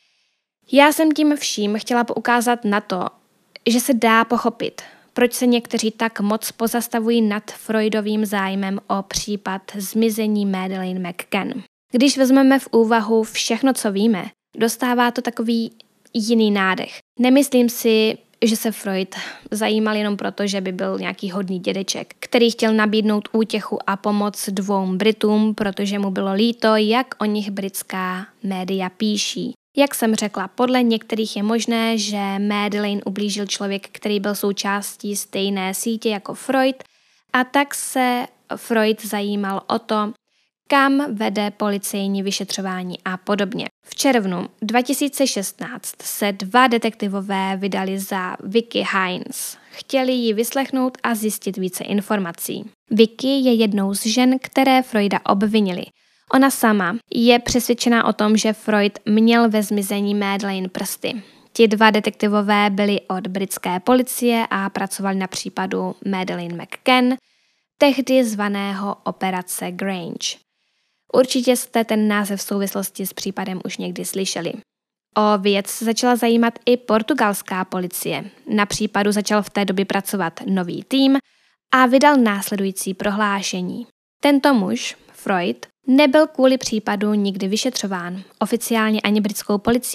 Já jsem tím vším chtěla poukázat na to, že se dá pochopit, proč se někteří tak moc pozastavují nad Freudovým zájmem o případ zmizení Madeleine McCann. Když vezmeme v úvahu všechno, co víme, dostává to takový jiný nádech. Nemyslím si, že se Freud zajímal jenom proto, že by byl nějaký hodný dědeček, který chtěl nabídnout útěchu a pomoc dvou Britům, protože mu bylo líto, jak o nich britská média píší. Jak jsem řekla, podle některých je možné, že Madeleine ublížil člověk, který byl součástí stejné sítě jako Freud, a tak se Freud zajímal o to, kam vede policejní vyšetřování a podobně. V červnu dva tisíce šestnáct se dva detektivové vydali za Vicky Hines. Chtěli ji vyslechnout a zjistit více informací. Vicky je jednou z žen, které Freuda obvinili. Ona sama je přesvědčená o tom, že Freud měl ve zmizení Madeleine prsty. Ti dva detektivové byli od britské policie a pracovali na případu Madeleine McCann, tehdy zvaného Operace Grange. Určitě jste ten název v souvislosti s případem už někdy slyšeli. O věc začala zajímat i portugalská policie. Na případu začal v té době pracovat nový tým a vydal následující prohlášení. Tento muž, Freud, nebyl kvůli případu nikdy vyšetřován, oficiálně ani britskou policií.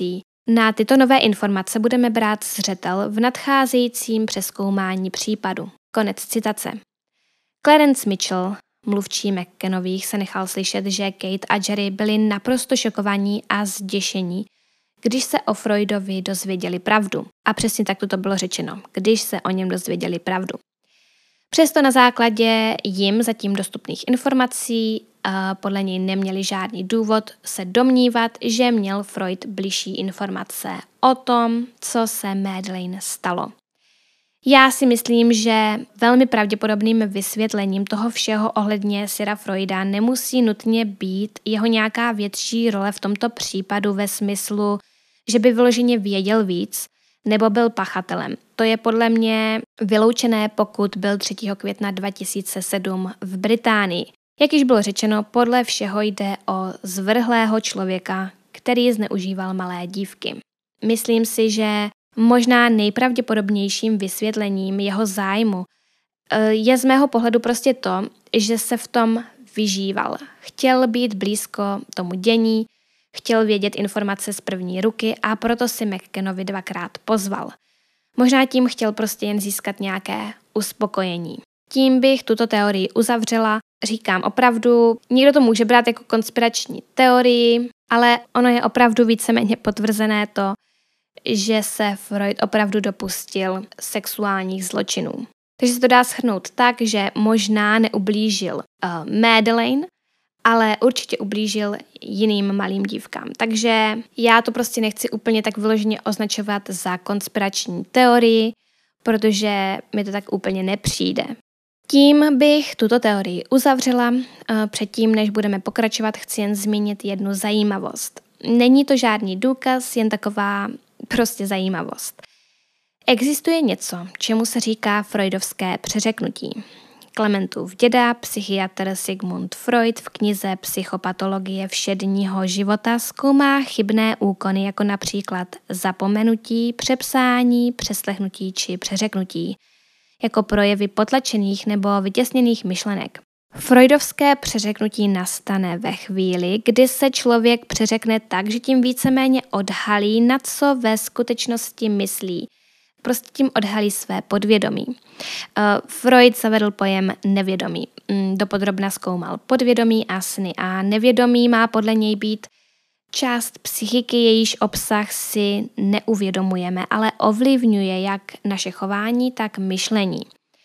Na tyto nové informace budeme brát zřetel v nadcházejícím přezkoumání případu. Konec citace. Clarence Mitchell, mluvčí McCannových, se nechal slyšet, že Kate a Jerry byli naprosto šokovaní a zděšení, když se o Freudovi dozvěděli pravdu. A přesně tak to bylo řečeno, když se o něm dozvěděli pravdu. Přesto na základě jim zatím dostupných informací podle něj neměli žádný důvod se domnívat, že měl Freud bližší informace o tom, co se Madeleine stalo. Já si myslím, že velmi pravděpodobným vysvětlením toho všeho ohledně Sira Freuda nemusí nutně být jeho nějaká větší role v tomto případu ve smyslu, že by vyloženě věděl víc nebo byl pachatelem. To je podle mě vyloučené, pokud byl třetího května dva tisíce sedm v Británii. Jak již bylo řečeno, podle všeho jde o zvrhlého člověka, který zneužíval malé dívky. Myslím si, že možná nejpravděpodobnějším vysvětlením jeho zájmu je z mého pohledu prostě to, že se v tom vyžíval. Chtěl být blízko tomu dění, chtěl vědět informace z první ruky a proto si McCannovi dvakrát pozval. Možná tím chtěl prostě jen získat nějaké uspokojení. Tím bych tuto teorii uzavřela. Říkám opravdu, někdo to může brát jako konspirační teorii, ale ono je opravdu víceméně potvrzené to, že se Freud opravdu dopustil sexuálních zločinů. Takže se to dá shrnout tak, že možná neublížil uh, Madeleine, ale určitě ublížil jiným malým dívkám. Takže já to prostě nechci úplně tak vyloženě označovat za konspirační teorii, protože mi to tak úplně nepřijde. Tím bych tuto teorii uzavřela. Předtím, než budeme pokračovat, chci jen zmínit jednu zajímavost. Není to žádný důkaz, jen taková prostě zajímavost. Existuje něco, čemu se říká freudovské přeřeknutí. Klementův děda, psychiatr Sigmund Freud v knize Psychopatologie všedního života zkoumá chybné úkony jako například zapomenutí, přepsání, přeslechnutí či přeřeknutí, jako projevy potlačených nebo vytěsněných myšlenek. Freudovské přeřeknutí nastane ve chvíli, kdy se člověk přeřekne tak, že tím víceméně odhalí, na co ve skutečnosti myslí. Prostě tím odhalí své podvědomí. Uh, Freud zavedl pojem nevědomí. Mm, dopodrobna zkoumal podvědomí a sny a nevědomí má podle něj být část psychiky, jejíž obsah si neuvědomujeme, ale ovlivňuje jak naše chování, tak myšlení.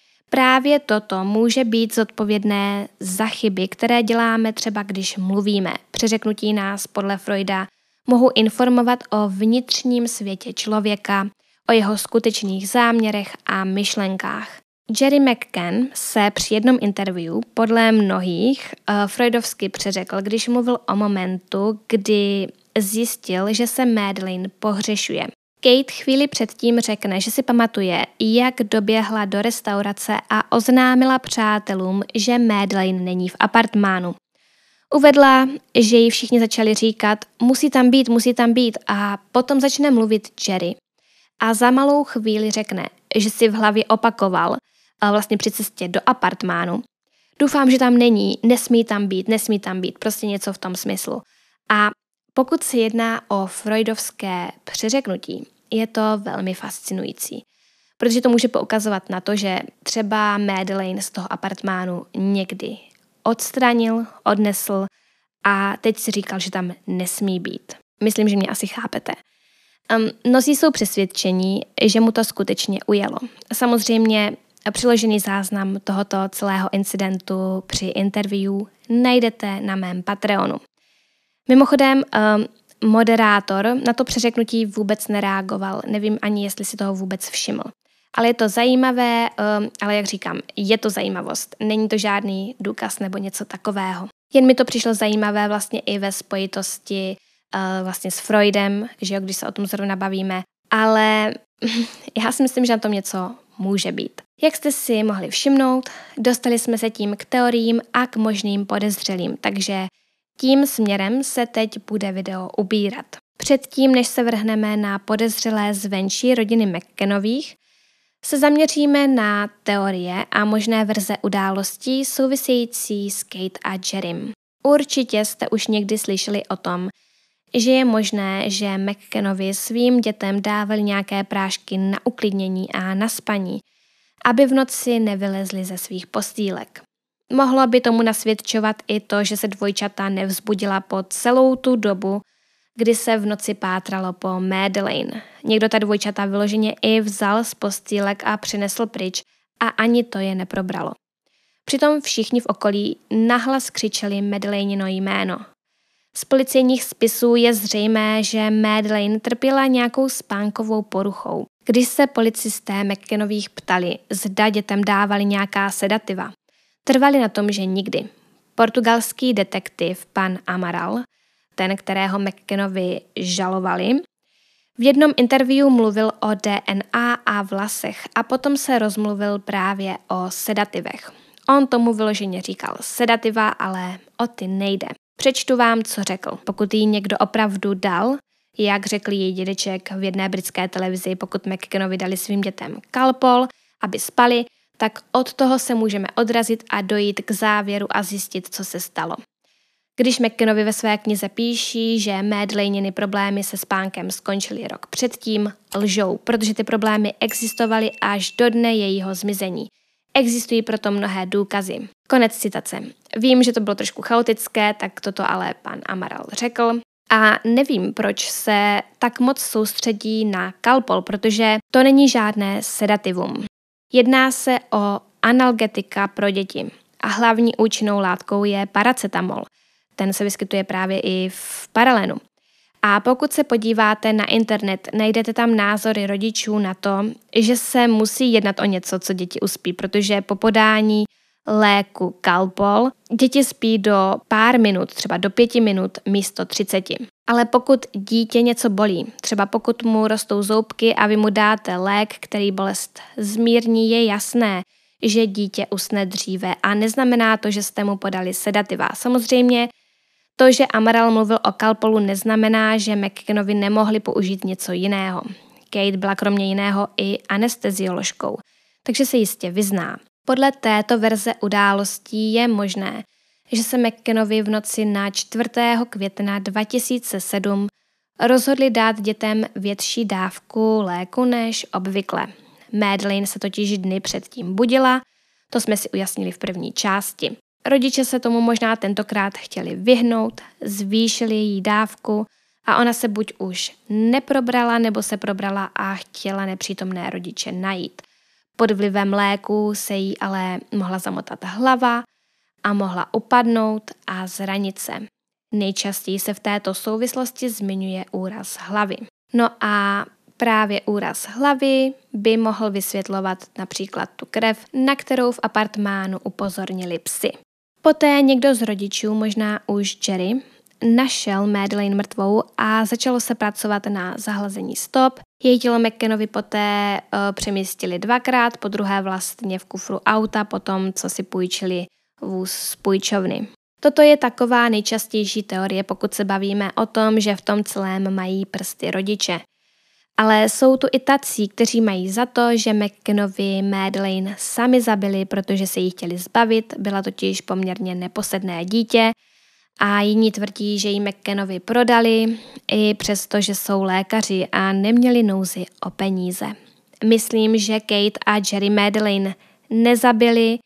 Právě toto může být zodpovědné za chyby, které děláme třeba když mluvíme. Přeřeknutí nás podle Freuda mohou informovat o vnitřním světě člověka, o jeho skutečných záměrech a myšlenkách. Jerry McCann se při jednom interview podle mnohých uh, freudovsky přeřekl, když mluvil o momentu, kdy zjistil, že se Madeleine pohřešuje. Kate chvíli předtím řekne, že si pamatuje, jak doběhla do restaurace a oznámila přátelům, že Madeleine není v apartmánu. Uvedla, že jí všichni začali říkat, musí tam být, musí tam být a potom začne mluvit Jerry. A za malou chvíli řekne, že si v hlavě opakoval, vlastně při cestě do apartmánu. Doufám, že tam není, nesmí tam být, nesmí tam být, prostě něco v tom smyslu. A pokud se jedná o freudovské přeřeknutí, je to velmi fascinující, protože to může poukazovat na to, že třeba Madeleine z toho apartmánu někdy odstranil, odnesl a teď si říkal, že tam nesmí být. Myslím, že mě asi chápete. Um, mnozí jsou přesvědčení, že mu to skutečně ujelo. Samozřejmě přiložený záznam tohoto celého incidentu při interview najdete na mém Patreonu. Mimochodem, um, moderátor na to přeřeknutí vůbec nereagoval, nevím ani, jestli si toho vůbec všiml. Ale je to zajímavé, um, ale jak říkám, je to zajímavost. Není to žádný důkaz nebo něco takového. Jen mi to přišlo zajímavé vlastně i ve spojitosti uh, vlastně s Freudem, že jo, když se o tom zrovna bavíme, ale já si myslím, že na tom něco může být. Jak jste si mohli všimnout, dostali jsme se tím k teoriím a k možným podezřelým, takže tím směrem se teď bude video ubírat. Předtím, než se vrhneme na podezřelé zvenčí rodiny McCannových, se zaměříme na teorie a možné verze událostí související s Kate a Jerrym. Určitě jste už někdy slyšeli o tom, že je možné, že McCannovi svým dětem dával nějaké prášky na uklidnění a na spaní, aby v noci nevylezli ze svých postýlek. Mohlo by tomu nasvědčovat i to, že se dvojčata nevzbudila po celou tu dobu, kdy se v noci pátralo po Madeleine. Někdo ta dvojčata vyloženě i vzal z postýlek a přinesl pryč a ani to je neprobralo. Přitom všichni v okolí nahlas křičeli Madeleinino jméno. Z policejních spisů je zřejmé, že Madeleine trpěla nějakou spánkovou poruchou. Když se policisté McCannových ptali, zda dětem dávali nějaká sedativa, trvali na tom, že nikdy. Portugalský detektiv pan Amaral, ten, kterého McCannovi žalovali, v jednom interview mluvil o D N A a vlasech a potom se rozmluvil právě o sedativech. On tomu vyloženě říkal sedativa, ale o ty nejde. Přečtu vám, co řekl. Pokud jí někdo opravdu dal, jak řekl její dědeček v jedné britské televizi, pokud McCannovi dali svým dětem Calpol, aby spali, tak od toho se můžeme odrazit a dojít k závěru a zjistit, co se stalo. Když McCannovi ve své knize píší, že Madeleininy problémy se spánkem skončily rok předtím, lžou, protože ty problémy existovaly až do dne jejího zmizení. Existují proto mnohé důkazy. Konec citace. Vím, že to bylo trošku chaotické, tak toto ale pan Amaral řekl. A nevím, proč se tak moc soustředí na Calpol, protože to není žádné sedativum. Jedná se o analgetika pro děti a hlavní účinnou látkou je paracetamol. Ten se vyskytuje právě i v Paralenu. A pokud se podíváte na internet, najdete tam názory rodičů na to, že se musí jednat o něco, co děti uspí, protože po podání léku Calpol děti spí do pár minut, třeba do pěti minut místo třiceti. Ale pokud dítě něco bolí, třeba pokud mu rostou zoubky a vy mu dáte lék, který bolest zmírní, je jasné, že dítě usne dříve a neznamená to, že jste mu podali sedativa. Samozřejmě to, že Amaral mluvil o Calpolu, neznamená, že McCannovi nemohli použít něco jiného. Kate byla kromě jiného i anestezioložkou, takže se jistě vyzná. Podle této verze událostí je možné, že se McCannovi v noci na čtvrtého května dva tisíce sedm rozhodli dát dětem větší dávku léku než obvykle. Madeleine se totiž dny předtím budila, to jsme si ujasnili v první části. Rodiče se tomu možná tentokrát chtěli vyhnout, zvýšili její dávku a ona se buď už neprobrala, nebo se probrala a chtěla nepřítomné rodiče najít. Pod vlivem léku se jí ale mohla zamotat hlava a mohla upadnout a zranit se. Nejčastěji se v této souvislosti zmiňuje úraz hlavy. No a právě úraz hlavy by mohl vysvětlovat například tu krev, na kterou v apartmánu upozornili psi. Poté někdo z rodičů, možná už Jerry, našel Madeleine mrtvou a začalo se pracovat na zahlazení stop. Její tělo McCannovi poté uh, přemístili dvakrát, po druhé vlastně v kufru auta, potom co si půjčili vůz z půjčovny. Toto je taková nejčastější teorie, pokud se bavíme o tom, že v tom celém mají prsty rodiče. Ale jsou tu i tací, kteří mají za to, že McCannovi Madeleine sami zabili, protože se jí chtěli zbavit, byla totiž poměrně neposedné dítě a jiní tvrdí, že jí McCannovi prodali, i přesto, že jsou lékaři a neměli nouzi o peníze. Myslím, že Kate a Jerry Madeleine nezabili,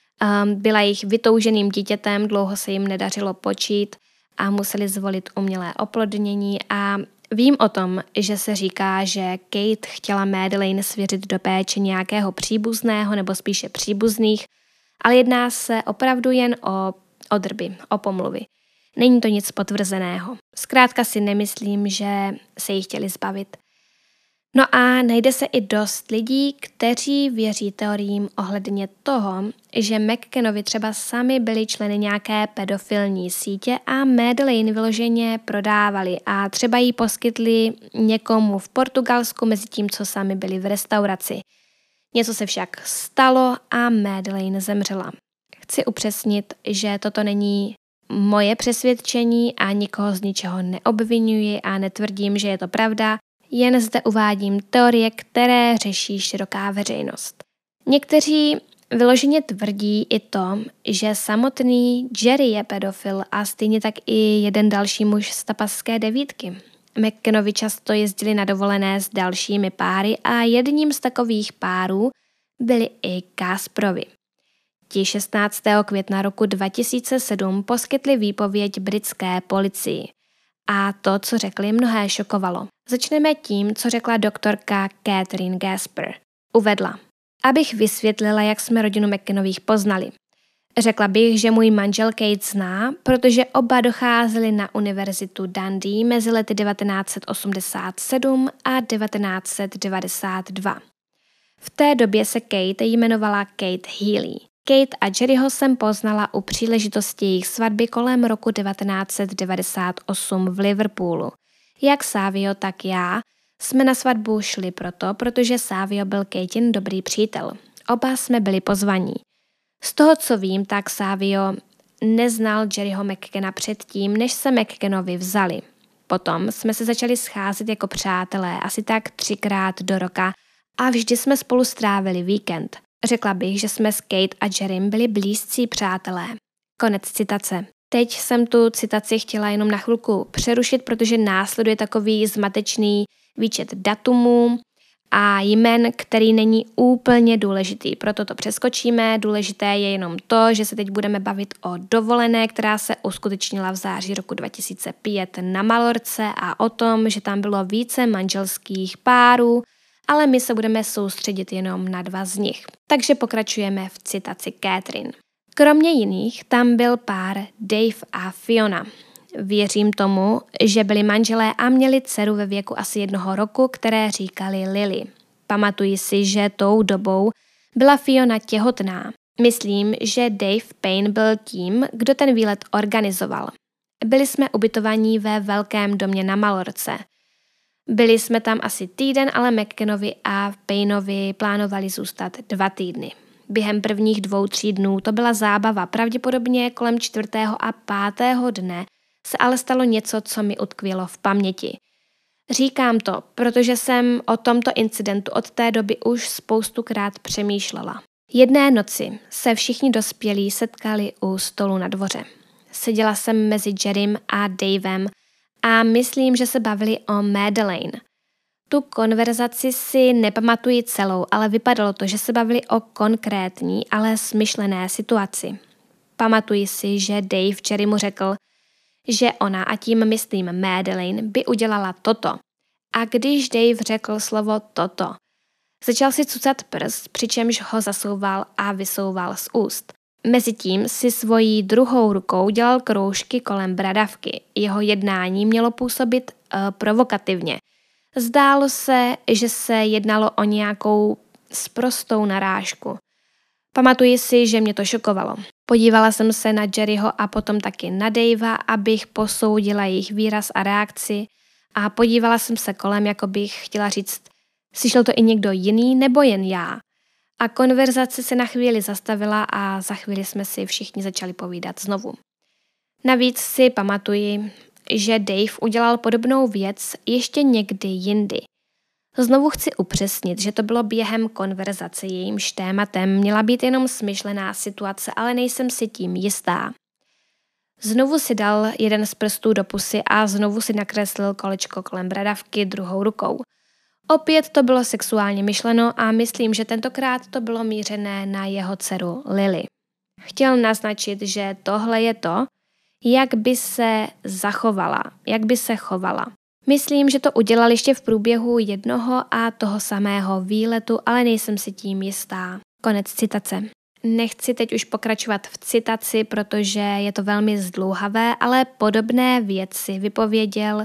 um, byla jich vytouženým dítětem, dlouho se jim nedařilo počít a museli zvolit umělé oplodnění a vím o tom, že se říká, že Kate chtěla Madeleine svěřit do péče nějakého příbuzného nebo spíše příbuzných, ale jedná se opravdu jen o odrby, o pomluvy. Není to nic potvrzeného. Zkrátka si nemyslím, že se jí chtěli zbavit. No a najde se i dost lidí, kteří věří teoriím ohledně toho, že McCannovi třeba sami byli členy nějaké pedofilní sítě a Madeleine vyloženě prodávali a třeba jí poskytli někomu v Portugalsku mezi tím, co sami byli v restauraci. Něco se však stalo a Madeleine zemřela. Chci upřesnit, že toto není moje přesvědčení a nikoho z ničeho neobvinuji a netvrdím, že je to pravda, jen zde uvádím teorie, které řeší široká veřejnost. Někteří Vyloženě tvrdí i to, že samotný Jerry je pedofil a stejně tak i jeden další muž z Tapaské devítky. McKennovi často jezdili na dovolené s dalšími páry a jedním z takových párů byli i Gasperovi. Ti šestnáctého května roku dva tisíce sedm poskytli výpověď britské policii. A to, co řekli, mnohé šokovalo. Začneme tím, co řekla doktorka Catherine Gasper. Uvedla: abych vysvětlila, jak jsme rodinu McKennových poznali. Řekla bych, že můj manžel Kate zná, protože oba docházeli na univerzitu Dundee mezi lety devatenáct set osmdesát sedm a devatenáct set devadesát dva. V té době se Kate jmenovala Kate Healy. Kate a Jerryho jsem poznala u příležitosti jejich svatby kolem roku devatenáct set devadesát osm v Liverpoolu. Jak Savio, tak já jsme na svatbu šli proto, protože Savio byl Katin dobrý přítel. Oba jsme byli pozvaní. Z toho, co vím, tak Savio neznal Jerryho McKenna předtím, než se McKennovi vzali. Potom jsme se začali scházet jako přátelé asi tak třikrát do roka a vždy jsme spolu strávili víkend. Řekla bych, že jsme s Kate a Jerrym byli blízcí přátelé. Konec citace. Teď jsem tu citaci chtěla jenom na chvilku přerušit, protože následuje takový zmatečný výčet datumů a jmen, který není úplně důležitý. Proto to přeskočíme. Důležité je jenom to, že se teď budeme bavit o dovolené, která se uskutečnila v září roku dva tisíce pět na Malorce a o tom, že tam bylo více manželských párů, ale my se budeme soustředit jenom na dva z nich. Takže pokračujeme v citaci Catherine. Kromě jiných tam byl pár Dave a Fiona. Věřím tomu, že byli manželé a měli dceru ve věku asi jednoho roku, které říkali Lily. Pamatuji si, že tou dobou byla Fiona těhotná. Myslím, že Dave Payne byl tím, kdo ten výlet organizoval. Byli jsme ubytovaní ve velkém domě na Malorce. Byli jsme tam asi týden, ale McKennovi a Payneovi plánovali zůstat dva týdny. Během prvních dvou, tří dnů to byla zábava, pravděpodobně kolem čtvrtého a pátého dne se ale stalo něco, co mi utkvělo v paměti. Říkám to, protože jsem o tomto incidentu od té doby už spoustukrát přemýšlela. Jedné noci se všichni dospělí setkali u stolu na dvoře. Seděla jsem mezi Jerrym a Davem a myslím, že se bavili o Madeleine. Tu konverzaci si nepamatuji celou, ale vypadalo to, že se bavili o konkrétní, ale smyšlené situaci. Pamatuji si, že Dave Jerrymu řekl, že ona, a tím myslím Madeleine, by udělala toto. A když Dave řekl slovo toto, začal si cucat prst, přičemž ho zasouval a vysouval z úst. Mezitím si svojí druhou rukou dělal kroužky kolem bradavky. Jeho jednání mělo působit uh, provokativně. Zdálo se, že se jednalo o nějakou sprostou narážku. Pamatuji si, že mě to šokovalo. Podívala jsem se na Jerryho a potom taky na Davea, abych posoudila jejich výraz a reakci a podívala jsem se kolem, jako bych chtěla říct, slyšel to i někdo jiný nebo jen já. A konverzace se na chvíli zastavila a za chvíli jsme si všichni začali povídat znovu. Navíc si pamatuji, že Dave udělal podobnou věc ještě někdy jindy. Znovu chci upřesnit, že to bylo během konverzace, jejímž tématem měla být jenom smyšlená situace, ale nejsem si tím jistá. Znovu si dal jeden z prstů do pusy a znovu si nakreslil kolečko kolem bradavky druhou rukou. Opět to bylo sexuálně myšleno a myslím, že tentokrát to bylo mířené na jeho dceru Lily. Chtěl naznačit, že tohle je to, jak by se zachovala, jak by se chovala. Myslím, že to udělal ještě v průběhu jednoho a toho samého výletu, ale nejsem si tím jistá. Konec citace. Nechci teď už pokračovat v citaci, protože je to velmi zdlouhavé, ale podobné věci vypověděl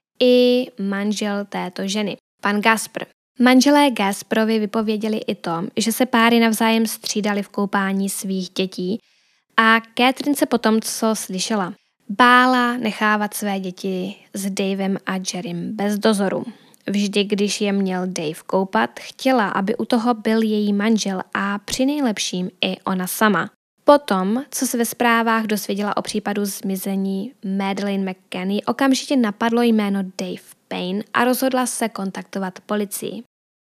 i manžel této ženy, pan Gasper. Manželé Gasperovi vypověděli i to, že se páry navzájem střídali v koupání svých dětí a Catherine se potom, co slyšela, bála nechávat své děti s Davem a Jerrym bez dozoru. Vždy, když je měl Dave koupat, chtěla, aby u toho byl její manžel a při nejlepším i ona sama. Potom, co se ve zprávách dozvěděla o případu zmizení Madeleine McCann, okamžitě napadlo jméno Dave Payne a rozhodla se kontaktovat policii.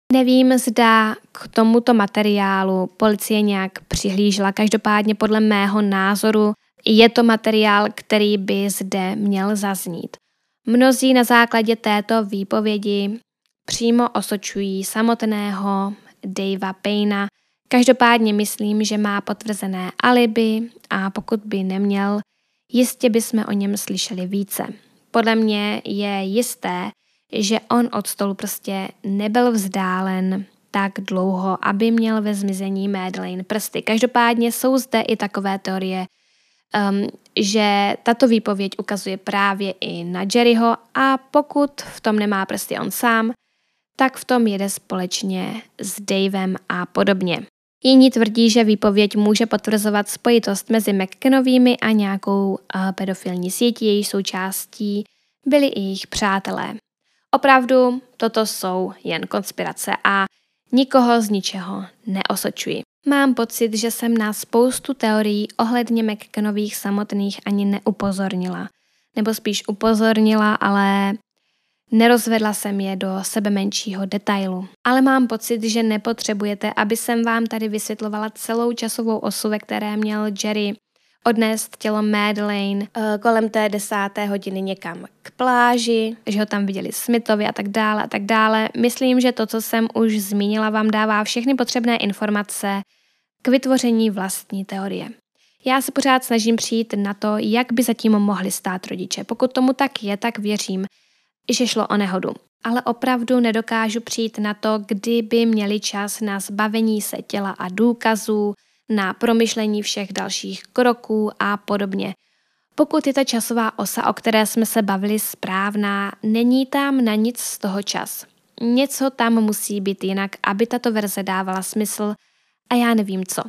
Nevím, zda k tomuto materiálu policie nějak přihlížela, každopádně podle mého názoru je to materiál, který by zde měl zaznít. Mnozí na základě této výpovědi přímo osočují samotného Davea Payna. Každopádně myslím, že má potvrzené alibi a pokud by neměl, jistě bychom o něm slyšeli více. Podle mě je jisté, že on od stolu prostě nebyl vzdálen tak dlouho, aby měl ve zmizení Madeleine prsty. Každopádně jsou zde i takové teorie, um, že tato výpověď ukazuje právě i na Jerryho a pokud v tom nemá prsty on sám, tak v tom jede společně s Davem a podobně. Jiní tvrdí, že výpověď může potvrzovat spojitost mezi McCannovými a nějakou uh, pedofilní sítí, její součástí byli i jejich přátelé. Opravdu toto jsou jen konspirace a nikoho z ničeho neosočuji. Mám pocit, že jsem na spoustu teorií ohledně McCannových samotných ani neupozornila. Nebo spíš upozornila, ale nerozvedla jsem je do sebe menšího detailu. Ale mám pocit, že nepotřebujete, aby jsem vám tady vysvětlovala celou časovou osu, ve které měl Jerry odnést tělo Madeleine uh, kolem té desáté hodiny někam k pláži, že ho tam viděli Smithovi a tak dále a tak dále. Myslím, že to, co jsem už zmínila, vám dává všechny potřebné informace k vytvoření vlastní teorie. Já se pořád snažím přijít na to, jak by zatím mohli stát rodiče. Pokud tomu tak je, tak věřím, že šlo o nehodu. Ale opravdu nedokážu přijít na to, kdy by měli čas na zbavení se těla a důkazů, na promyšlení všech dalších kroků a podobně. Pokud je ta časová osa, o které jsme se bavili, správná, není tam na nic z toho čas. Něco tam musí být jinak, aby tato verze dávala smysl a já nevím co.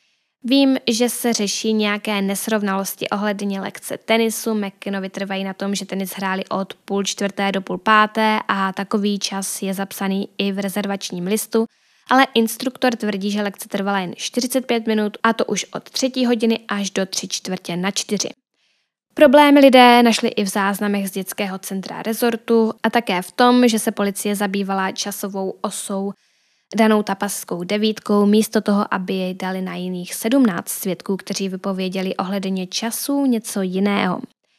Vím, že se řeší nějaké nesrovnalosti ohledně lekce tenisu. McCannovi trvají na tom, že tenis hráli od půl čtvrté do půl páté a takový čas je zapsaný i v rezervačním listu, ale instruktor tvrdí, že lekce trvala jen čtyřicet pět minut a to už od třetí hodiny až do tři čtvrtě na čtyři. Problémy lidé našli i v záznamech z dětského centra rezortu a také v tom, že se policie zabývala časovou osou danou tapaskou devítkou, místo toho, aby jej dali na jiných sedmnáct svědků, kteří vypověděli ohledně času něco jiného.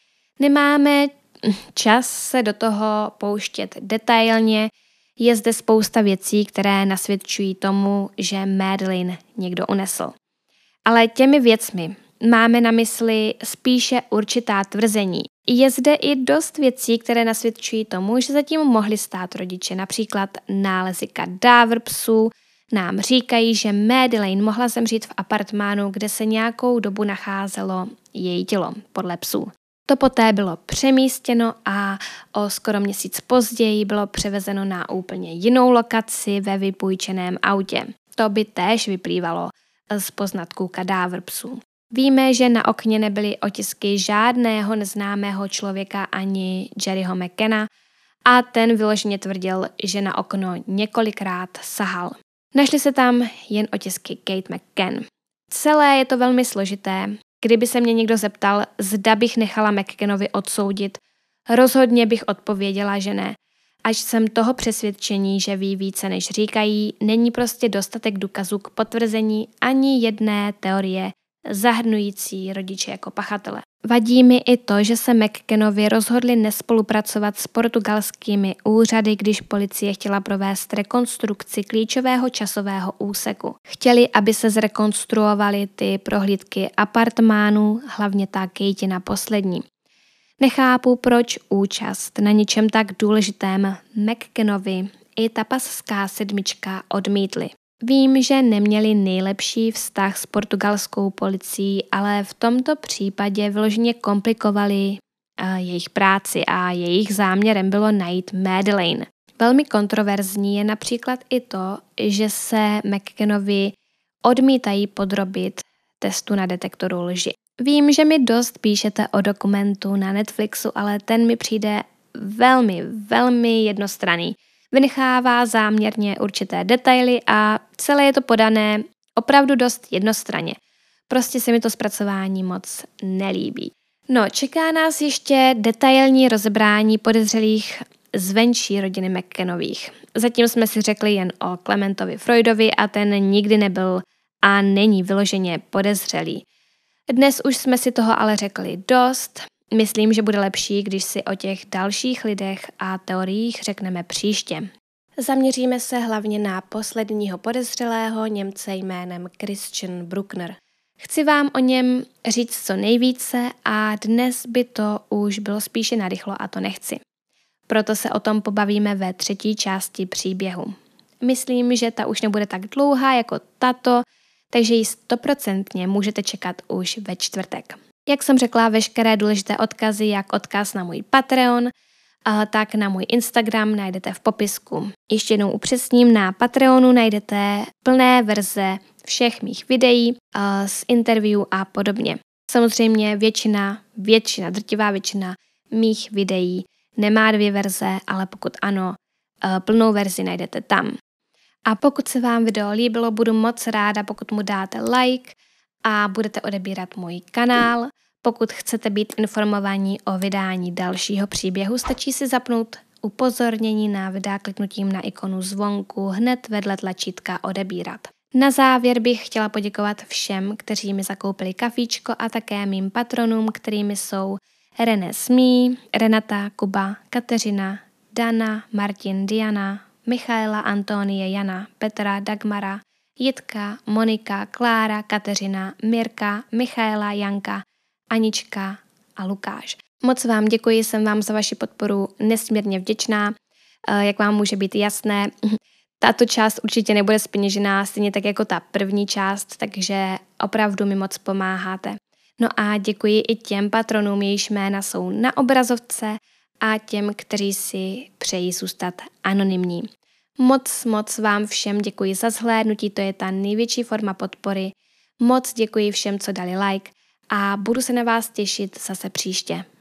Nemáme čas se do toho pouštět detailně, je zde spousta věcí, které nasvědčují tomu, že Madeleine někdo unesl. Ale těmi věcmi máme na mysli spíše určitá tvrzení. Je zde i dost věcí, které nasvědčují tomu, že zatím mohli stát rodiče. Například nálezy kadáver psů nám říkají, že Madeleine mohla zemřít v apartmánu, kde se nějakou dobu nacházelo její tělo, podle psů. To poté bylo přemístěno a o skoro měsíc později bylo převezeno na úplně jinou lokaci ve vypůjčeném autě. To by též vyplývalo z poznatků kadáver psů. Víme, že na okně nebyly otisky žádného neznámého člověka ani Jerryho McCanna a ten vyloženě tvrdil, že na okno několikrát sahal. Našly se tam jen otisky Kate McCann. Celé je to velmi složité. Kdyby se mě někdo zeptal, zda bych nechala McCannovi odsoudit, rozhodně bych odpověděla, že ne. Až jsem toho přesvědčení, že ví více než říkají, není prostě dostatek důkazů k potvrzení ani jedné teorie zahrnující rodiče jako pachatele. Vadí mi i to, že se McCannovi rozhodli nespolupracovat s portugalskými úřady, když policie chtěla provést rekonstrukci klíčového časového úseku. Chtěli, aby se zrekonstruovaly ty prohlídky apartmánů, hlavně ta Katina poslední. Nechápu, proč účast na něčem tak důležitém McCannovi i ta paská sedmička odmítli. Vím, že neměli nejlepší vztah s portugalskou policií, ale v tomto případě vyloženě komplikovali uh, jejich práci a jejich záměrem bylo najít Madeleine. Velmi kontroverzní je například i to, že se McCannovi odmítají podrobit testu na detektoru lži. Vím, že mi dost píšete o dokumentu na Netflixu, ale ten mi přijde velmi, velmi jednostranný. Vynechává záměrně určité detaily a celé je to podané opravdu dost jednostranně. Prostě se mi to zpracování moc nelíbí. No, čeká nás ještě detailní rozebrání podezřelých zvenčí rodiny McKennových. Zatím jsme si řekli jen o Clementovi Freudovi a ten nikdy nebyl a není vyloženě podezřelý. Dnes už jsme si toho ale řekli dost. Myslím, že bude lepší, když si o těch dalších lidech a teoriích řekneme příště. Zaměříme se hlavně na posledního podezřelého Němce jménem Christian Bruckner. Chci vám o něm říct co nejvíce a dnes by to už bylo spíše narychlo a to nechci. Proto se o tom pobavíme ve třetí části příběhu. Myslím, že ta už nebude tak dlouhá jako tato, takže ji stoprocentně můžete čekat už ve čtvrtek. Jak jsem řekla, veškeré důležité odkazy, jak odkaz na můj Patreon, tak na můj Instagram najdete v popisku. Ještě jednou upřesním, na Patreonu najdete plné verze všech mých videí z interview a podobně. Samozřejmě většina, většina, drtivá většina mých videí nemá dvě verze, ale pokud ano, plnou verzi najdete tam. A pokud se vám video líbilo, budu moc ráda, pokud mu dáte like a budete odebírat můj kanál. Pokud chcete být informovaní o vydání dalšího příběhu, stačí si zapnout upozornění na videa kliknutím na ikonu zvonku hned vedle tlačítka odebírat. Na závěr bych chtěla poděkovat všem, kteří mi zakoupili kafíčko a také mým patronům, kterými jsou René Smí, Renata, Kuba, Kateřina, Dana, Martin, Diana, Michaela, Antonie, Jana, Petra, Dagmara, Jitka, Monika, Klára, Kateřina, Mirka, Michaela, Janka, Anička a Lukáš. Moc vám děkuji, jsem vám za vaši podporu nesmírně vděčná. Jak vám může být jasné, tato část určitě nebude zpeněžená, stejně tak jako ta první část, takže opravdu mi moc pomáháte. No a děkuji i těm patronům, jejichž jména jsou na obrazovce a těm, kteří si přejí zůstat anonymní. Moc, moc vám všem děkuji za zhlédnutí, to je ta největší forma podpory. Moc děkuji všem, co dali like a budu se na vás těšit zase příště.